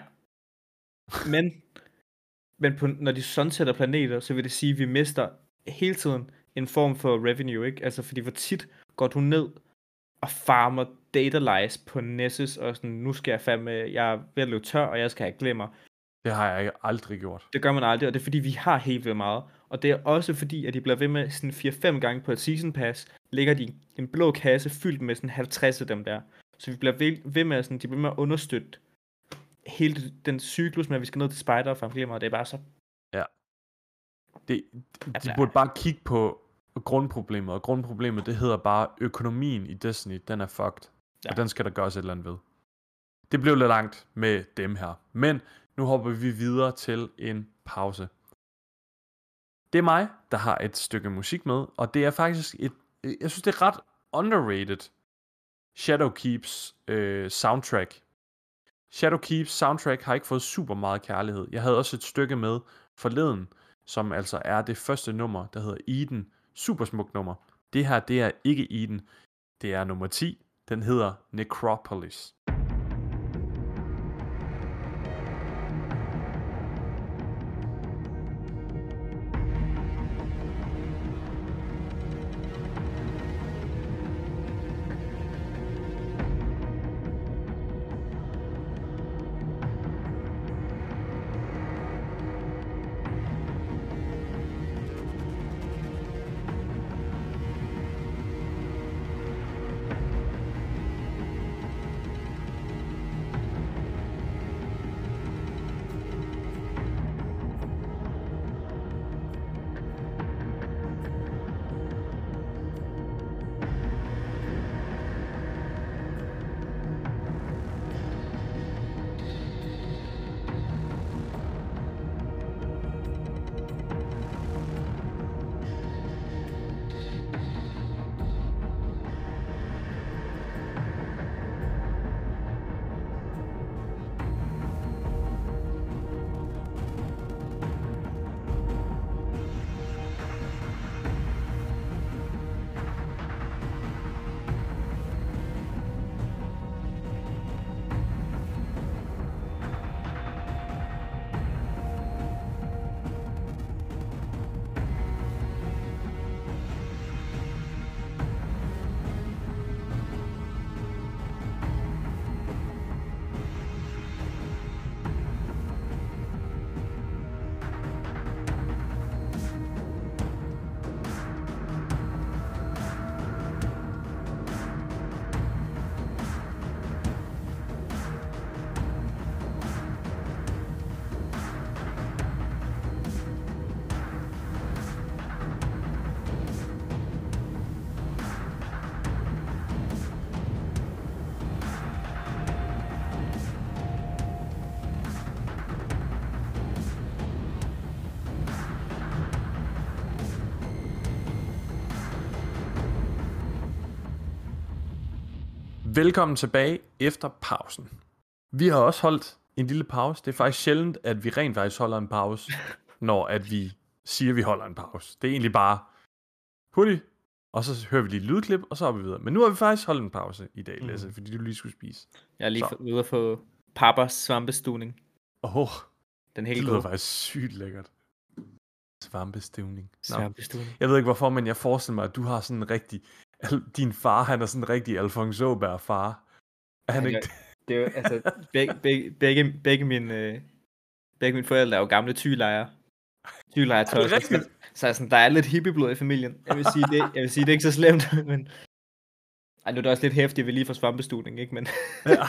Men, men på, når de sunsætter planeter, så vil det sige, at vi mister hele tiden en form for revenue, ikke? Altså, fordi hvor tit går du ned og farmer data lice på Nessus, og sådan, nu skal jeg fandme, jeg er ved at løbe tør, og jeg skal have glimmer. Det har jeg aldrig gjort. Det gør man aldrig, og det er fordi, vi har helt vildt meget. Og det er også fordi, at de bliver ved med sådan fire fem gange på et season pass, ligger de en blå kasse fyldt med sådan halvtreds af dem der. Så vi bliver ved, ved med, sådan, de bliver med at understøtte hele den cyklus med, at vi skal ned til Spider og fange glimmer, og det er bare så... Ja. Det, de, de burde bare kigge på grundproblemet, og grundproblemet, det hedder bare økonomien i Destiny, den er fucked. Ja. Og den skal der gøres et eller andet ved. Det blev lidt langt med dem her, men nu hopper vi videre til en pause. Det er mig, der har et stykke musik med, og det er faktisk et, jeg synes det er ret underrated Shadowkeeps øh, soundtrack. Shadowkeep soundtrack har ikke fået super meget kærlighed. Jeg havde også et stykke med forleden, som altså er det første nummer, der hedder Eden. Super smukt nummer. Det her, det er ikke Eden. Det er nummer ti. Den hedder Necropolis. Velkommen tilbage efter pausen. Vi har også holdt en lille pause. Det er faktisk sjældent, at vi rent faktisk holder en pause, når at vi siger, at vi holder en pause. Det er egentlig bare hurtigt, og så hører vi lige et lydklip, og så er vi videre. Men nu har vi faktisk holdt en pause i dag, Lasse, mm. fordi du lige skulle spise. Jeg er lige ude at få Papas svampestuvning. Åh, oh, den helt det lyder gode. faktisk sygt lækkert. Svampestuvning. Svampestuvning. Jeg ved ikke hvorfor, men jeg forestiller mig, at du har sådan en rigtig... Din far, han er sådan en rigtig Alphonse Aubert far. Er han ja, ikke? Det er jo, altså, begge, begge, begge, begge, mine, øh, begge mine forældre er jo gamle thylejer. Thylejer tøj. Så, så sådan, der er lidt hippieblod i familien. Jeg vil sige, det, jeg vil sige, det er ikke så slemt, men... Ej, nu er det også lidt hæftigt, vi lige får svampestudning, ikke? Men... Ja.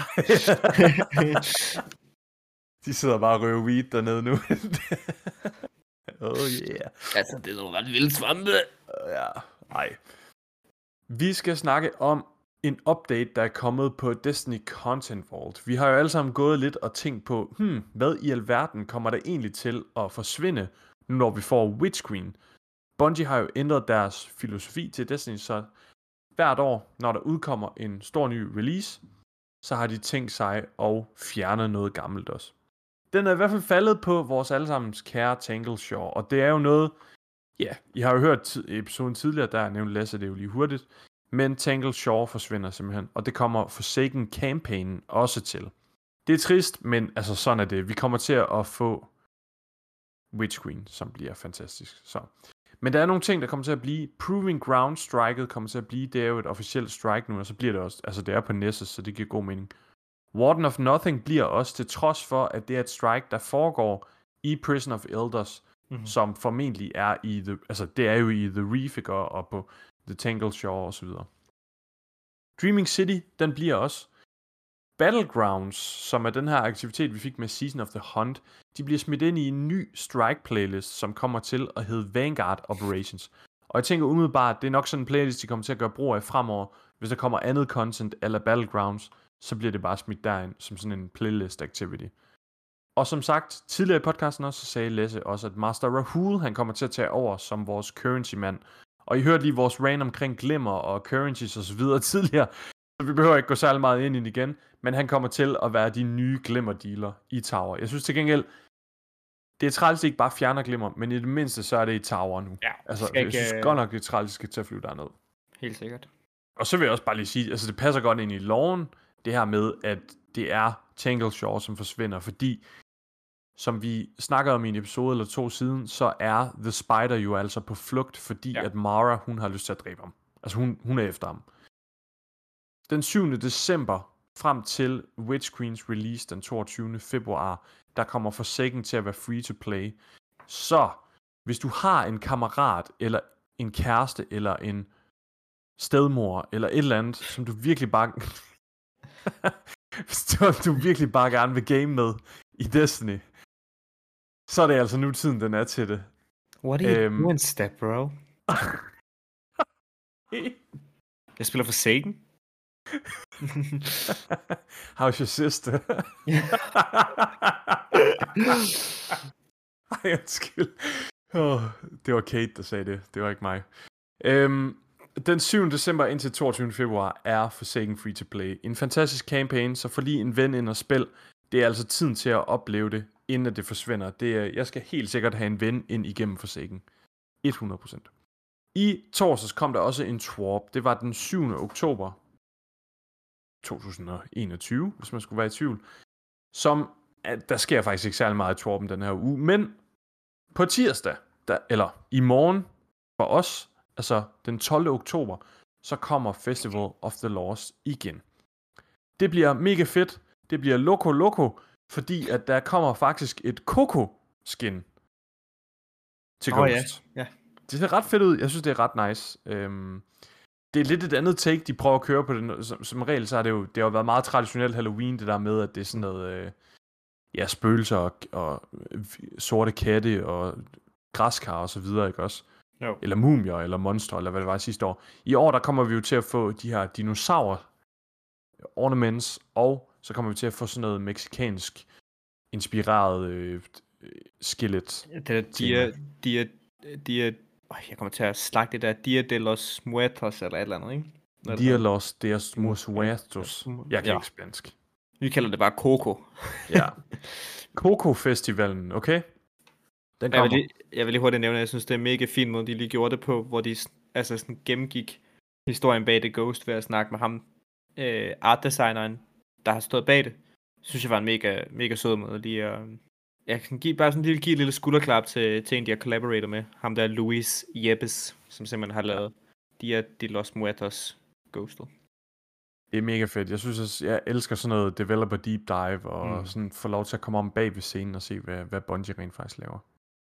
De sidder bare og røver weed dernede nu. Oh yeah. Altså, det er nogle ret vilde svampe. Ja, ej. Vi skal snakke om en update, der er kommet på Destiny Content Vault. Vi har jo alle sammen gået lidt og tænkt på, hmm, hvad i alverden kommer der egentlig til at forsvinde, nu når vi får Witch Queen? Bungie har jo ændret deres filosofi til Destiny, så hvert år, når der udkommer en stor ny release, så har de tænkt sig at fjerne noget gammelt også. Den er i hvert fald faldet på vores allesammens kære Tangleshore, og det er jo noget, ja, I har jo hørt t- episoden tidligere, der nævnte Lasse det jo lige hurtigt, men Tangleshore forsvinder simpelthen, og det kommer Forsaken Campaign også til. Det er trist, men altså sådan er det. Vi kommer til at få Witch Queen, som bliver fantastisk. Så. Men der er nogle ting, der kommer til at blive. Proving Ground Striket kommer til at blive, det er jo et officielt strike nu, og så bliver det også, altså det er på Nessus, så det giver god mening. Warden of Nothing bliver også, til trods for, at det er et strike, der foregår i Prison of Elders, mm-hmm. som formentlig er i the, altså det er jo i The Reef, ikke, og på The Tangleshore og så videre. Dreaming City, den bliver også. Battlegrounds, som er den her aktivitet, vi fik med Season of the Hunt, de bliver smidt ind i en ny strike playlist, som kommer til at hedde Vanguard Operations. Og jeg tænker umiddelbart, det er nok sådan en playlist, de kommer til at gøre brug af fremover. Hvis der kommer andet content eller Battlegrounds, så bliver det bare smidt derind som sådan en playlist activity. Og som sagt, tidligere i podcasten også, så sagde Lasse også, at Master Rahul, han kommer til at tage over som vores currency-mand. Og I hørte lige vores rant omkring glimmer og currencies og så videre tidligere. Så vi behøver ikke gå særlig meget ind i den igen, men han kommer til at være de nye glimmerdealer i Tower. Jeg synes til gengæld, det er træls, ikke bare fjerner glimmer, men i det mindste, så er det i Tower nu. Ja, altså, ikke, jeg synes godt nok, det er træls, skal til at flyve derned. Helt sikkert. Og så vil jeg også bare lige sige, altså det passer godt ind i loven, det her med, at det er Tangleshore, som forsvinder, fordi, som vi snakkede om i en episode eller to siden, så er The Spider jo altså på flugt, fordi ja. at Mara, hun har lyst til at dræbe ham. Altså hun, hun er efter ham. Den syvende december, frem til Witch Queens release den toogtyvende februar, der kommer Forsaken til at være free to play. Så, hvis du har en kammerat, eller en kæreste, eller en stedmor, eller et eller andet, som du virkelig bare... som du virkelig bare gerne vil game med i Destiny, så er det altså nu tiden, den er til det. What are you um... doing, step bro? Jeg spiller Forsaken. How's your sister? Ej, undskyld. Oh, det var Kate, der sagde det. Det var ikke mig. Um, den syvende december indtil toogtyvende februar er Forsaken Free to Play. En fantastisk campaign, så få lige en ven ind og spil. Det er altså tiden til at opleve det, inden det forsvinder. Det er, jeg skal helt sikkert have en ven ind igennem Forsaken. hundrede procent. I torsdags kom der også en twarp. Det var den syvende oktober to tusind og enogtyve, hvis man skulle være i tvivl. Som, der sker faktisk ikke særlig meget i twarpen den her uge, men på tirsdag, der, eller i morgen for os, altså den tolvte oktober, så kommer Festival of the Lost igen. Det bliver mega fedt. Det bliver loco loco, fordi at der kommer faktisk et Coco-skin til Ghost. Oh, ja. Ja. Det ser ret fedt ud. Jeg synes, det er ret nice. Øhm, det er lidt et andet take, de prøver at køre på det. Som, som regel, så har det jo, det har jo været meget traditionelt Halloween, det der med, at det er sådan noget, øh, ja, spøgelser og, og sorte katte og græskar og så videre, ikke også? Jo. Eller mumier, eller monstre, eller hvad det var sidste år. I år, der kommer vi jo til at få de her dinosaurer ornaments, og så kommer vi til at få sådan noget mexikansk inspireret øh, skelet. Det er dia, dia, dia, øh, jeg kommer til at slagte det der Dia de los Muertos eller et eller andet, ikke? Noget Dia los de los Muertos. Jeg kan ja. ikke spansk. Vi kalder det bare Coco. Ja. Coco-festivalen, okay? Den kommer. Jeg vil, lige, jeg vil lige hurtigt nævne, at jeg synes, det er mega fint måde, de lige gjorde det på, hvor de altså sådan gennemgik historien bag The Ghost ved at snakke med ham, øh, artdesigneren, der har stået bag det. Synes jeg var en mega, mega sød måde lige at... Jeg kan give, bare sådan lige give et lille skulderklap til, til en, de har collaboratet med. Ham der Luis Yepes, som simpelthen har lavet Dia de los Muertos Ghosted. Det er mega fedt. Jeg synes, jeg elsker sådan noget developer deep dive, og mm. sådan få lov til at komme om bag ved scenen og se, hvad, hvad Bungie rent faktisk laver.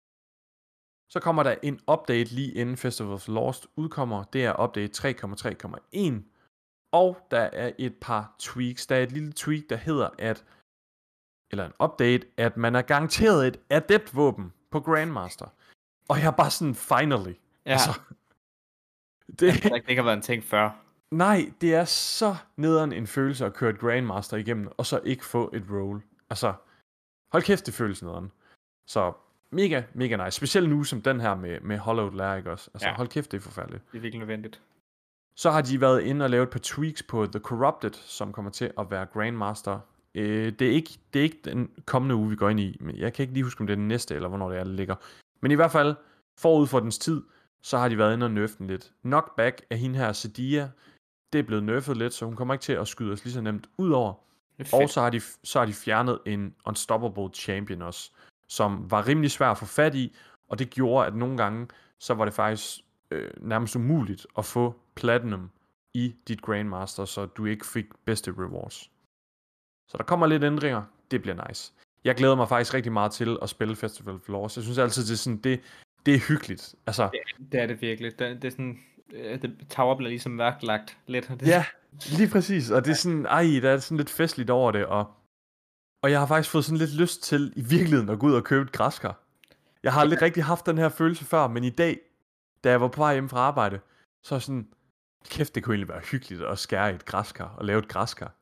Så kommer der en update lige inden Festival of Lost udkommer. Det er update tre komma tre komma en. Og der er et par tweaks. Der er et lille tweak, der hedder, at eller en update, at man er garanteret et adept-våben på Grandmaster. Og jeg er bare sådan, finally. Ja. Altså, det... det har ikke været en ting før. Nej, det er så nederen en følelse at køre et Grandmaster igennem, og så ikke få et roll. Altså, hold kæft, det føles nederen. Så mega, mega nice. Specielt nu som den her med, med Hollowed Lair, ikke også? Altså, ja. Hold kæft, det er forfærdeligt. Det er virkelig nødvendigt. Så har de været inde og lavet et par tweaks på The Corrupted, som kommer til at være Grandmaster. Øh, det, er ikke, det er ikke den kommende uge, vi går ind i, men jeg kan ikke lige huske, om det er den næste, eller hvornår det er, det ligger. Men i hvert fald, forud for dens tid, så har de været inde og nerfe den lidt. Knockback af hende her, Sedia, det er blevet nerfet lidt, så hun kommer ikke til at skyde os lige så nemt ud over. Og så har, de, så har de fjernet en Unstoppable Champion også, som var rimelig svær at få fat i, og det gjorde, at nogle gange, så var det faktisk øh, nærmest umuligt at få Platinum i dit Grandmaster, så du ikke fik bedste rewards. Så der kommer lidt ændringer, det bliver nice. Jeg glæder mig faktisk rigtig meget til at spille Festival of Lost. Jeg synes altid, det er sådan, det, det er hyggeligt. Altså, det, det er det virkelig. Det, det er sådan, det, Tower bliver ligesom værklagt lidt. Det, ja, lige præcis. Og det er sådan, ej, der er sådan lidt festligt over det, og, og jeg har faktisk fået sådan lidt lyst til i virkeligheden at gå ud og købe et græskar. Jeg har aldrig ja. rigtig haft den her følelse før, men i dag, da jeg var på vej hjem fra arbejde, så er sådan, kæft, det kunne egentlig være hyggeligt at skære et græskar og lave et græskar.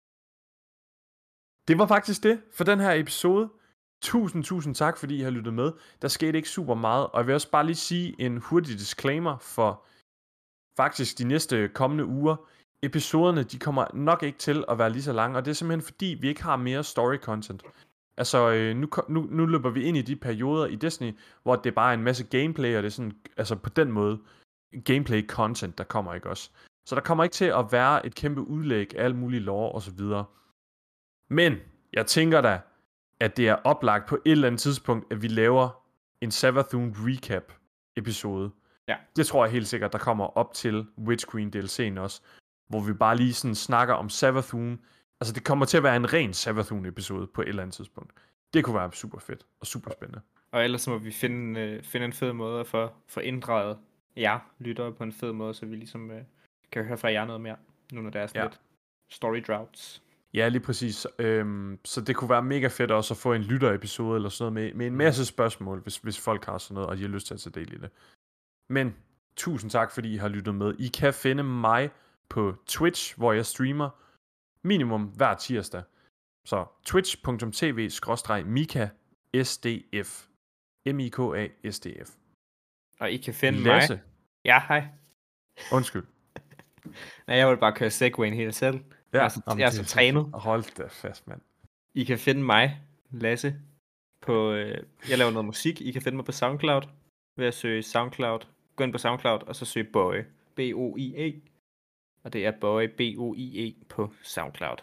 Det var faktisk det for den her episode. Tusind, tusind tak, fordi I har lyttet med. Der skete ikke super meget, og jeg vil også bare lige sige en hurtig disclaimer for faktisk de næste kommende uger. episoderne, de kommer nok ikke til at være lige så lange, og det er simpelthen fordi, vi ikke har mere story content. Altså, øh, nu, nu, nu løber vi ind i de perioder i Destiny, hvor det er bare en masse gameplay, og det er sådan, altså på den måde, gameplay content, der kommer, ikke også? Så der kommer ikke til at være et kæmpe udlæg af alle mulige lore og så videre. Men jeg tænker da, at det er oplagt på et eller andet tidspunkt, at vi laver en Savathûn recap episode. Ja. Det tror jeg helt sikkert, der kommer op til Witch Queen D L C'en også, hvor vi bare lige sådan snakker om Savathûn. Altså det kommer til at være en ren Savathûn episode på et eller andet tidspunkt. Det kunne være super fedt og super spændende. Og ellers så må vi finde, øh, finde en fed måde at få, få inddraget jer lyttere på en fed måde, så vi ligesom øh, kan høre fra jer noget mere, nu når der er sådan Ja. lidt story droughts. Ja, lige præcis. Øhm, så det kunne være mega fedt også at få en lytterepisode eller sådan noget med, med en masse spørgsmål, hvis, hvis folk har sådan noget, og de har lyst til at tage del i det. Men tusind tak, fordi I har lyttet med. I kan finde mig på Twitch, hvor jeg streamer minimum hver tirsdag. Så twitch punktum tv skråstreg mika s d f. M I K A S D F. Og I kan finde Lasse. mig. Ja, hej. Undskyld. Nej, jeg vil bare køre Segwayen helt selv. Ja, jeg er så, jamen, jeg er det så så trænet. fedt. Hold da fast, mand. I kan finde mig, Lasse, på... Øh, jeg laver noget musik. I kan finde mig på SoundCloud ved at søge SoundCloud. Gå ind på SoundCloud, og så søg Boy. B O I E. Og det er Boy, B O I E på SoundCloud.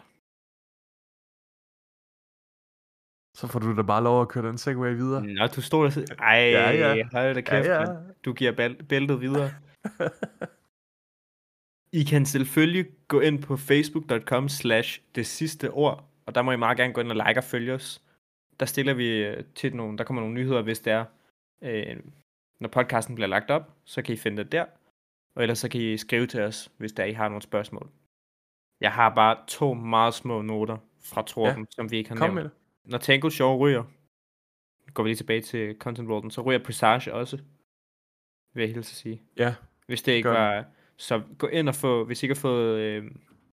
Så får du da bare lov at køre den segway videre. Nå, du står der... Ej, Ja, ja. hold da kæft, Ja, ja. mand. Du giver bæl- bæltet videre. I kan selvfølgelig gå ind på facebook punktum com slash det sidste ord, og der må I meget gerne gå ind og like og følge os. Der stiller vi øh, til nogle, der kommer nogle nyheder, hvis det er, øh, når podcasten bliver lagt op, så kan I finde det der. Og ellers så kan I skrive til os, hvis der I har nogle spørgsmål. Jeg har bare to meget små noter fra Torben, ja, som vi ikke har kom nævnt. med det. Når Tango Show ryger, går vi lige tilbage til Content Worlden, så ryger Presage også, vil jeg hilse at sige. Ja. Hvis det ikke gør var... Så gå ind og få, hvis I ikke har fået, øh,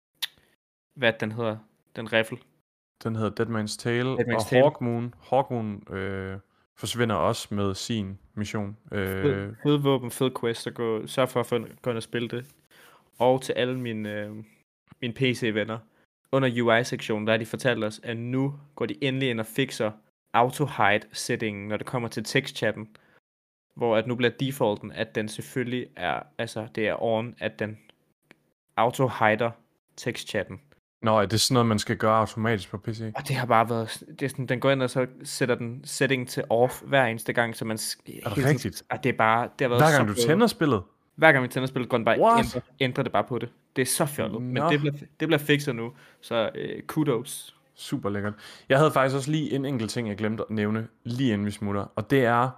hvad den hedder, den riffel. Den hedder Dead Man's Tale, Dead Man's og Tale. Hawkmoon, Hawkmoon øh, forsvinder også med sin mission. Øh, Fed, fed våben, fed quest, så gå, sørg for at få, gå ind og spille det. Og til alle mine, øh, mine P C-venner, under U I-sektionen, der har de fortalt os, at nu går de endelig ind og fikser auto-hide-settingen, når det kommer til tekstchatten. Hvor at nu bliver defaulten, at den selvfølgelig er, altså det er on, at den auto-hider tekstchatten. Nå, er det sådan noget, man skal gøre automatisk på P C? Og det har bare været, det er sådan, den går ind og så sætter den setting til off hver eneste gang, så man... Er det rigtigt? Og det er bare, det har været Hver gang så du fjollet. tænder spillet? Hver gang vi tænder spillet, går den bare What? ændrer, ændrer det bare på det. Det er så fjollet, men Nå. det bliver, det bliver fikset nu, så øh, kudos. Super lækkert. Jeg havde faktisk også lige en enkelt ting, jeg glemte at nævne, lige inden vi smutter, og det er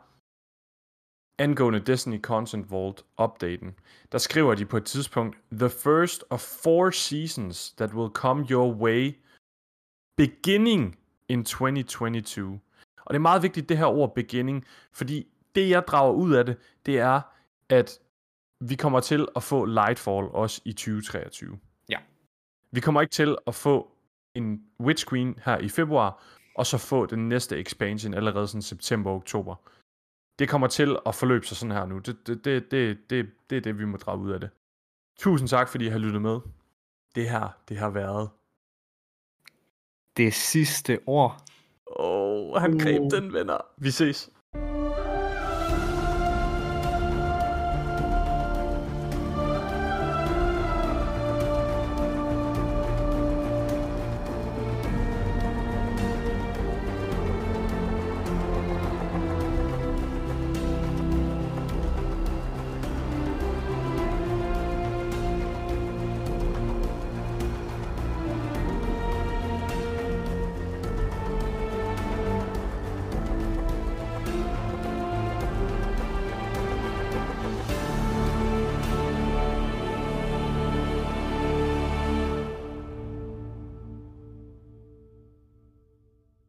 angående Destiny Content Vault updaten. Der skriver de på et tidspunkt, the first of four seasons that will come your way beginning in twenty twenty-two. Og det er meget vigtigt, det her ord beginning, fordi det, jeg drager ud af det, det er, at vi kommer til at få Lightfall også i tyve treogtyve. Ja. Vi kommer ikke til at få en Witch Queen her i februar, og så få den næste expansion allerede sådan september-oktober. Det kommer til at forløbe sig sådan her nu. Det, det, det, det, det, det er det, vi må drage ud af det. Tusind tak, fordi I har lyttet med. Det her, det har været... Det sidste ord. Åh, oh, han greb Uh. den, venner. Vi ses.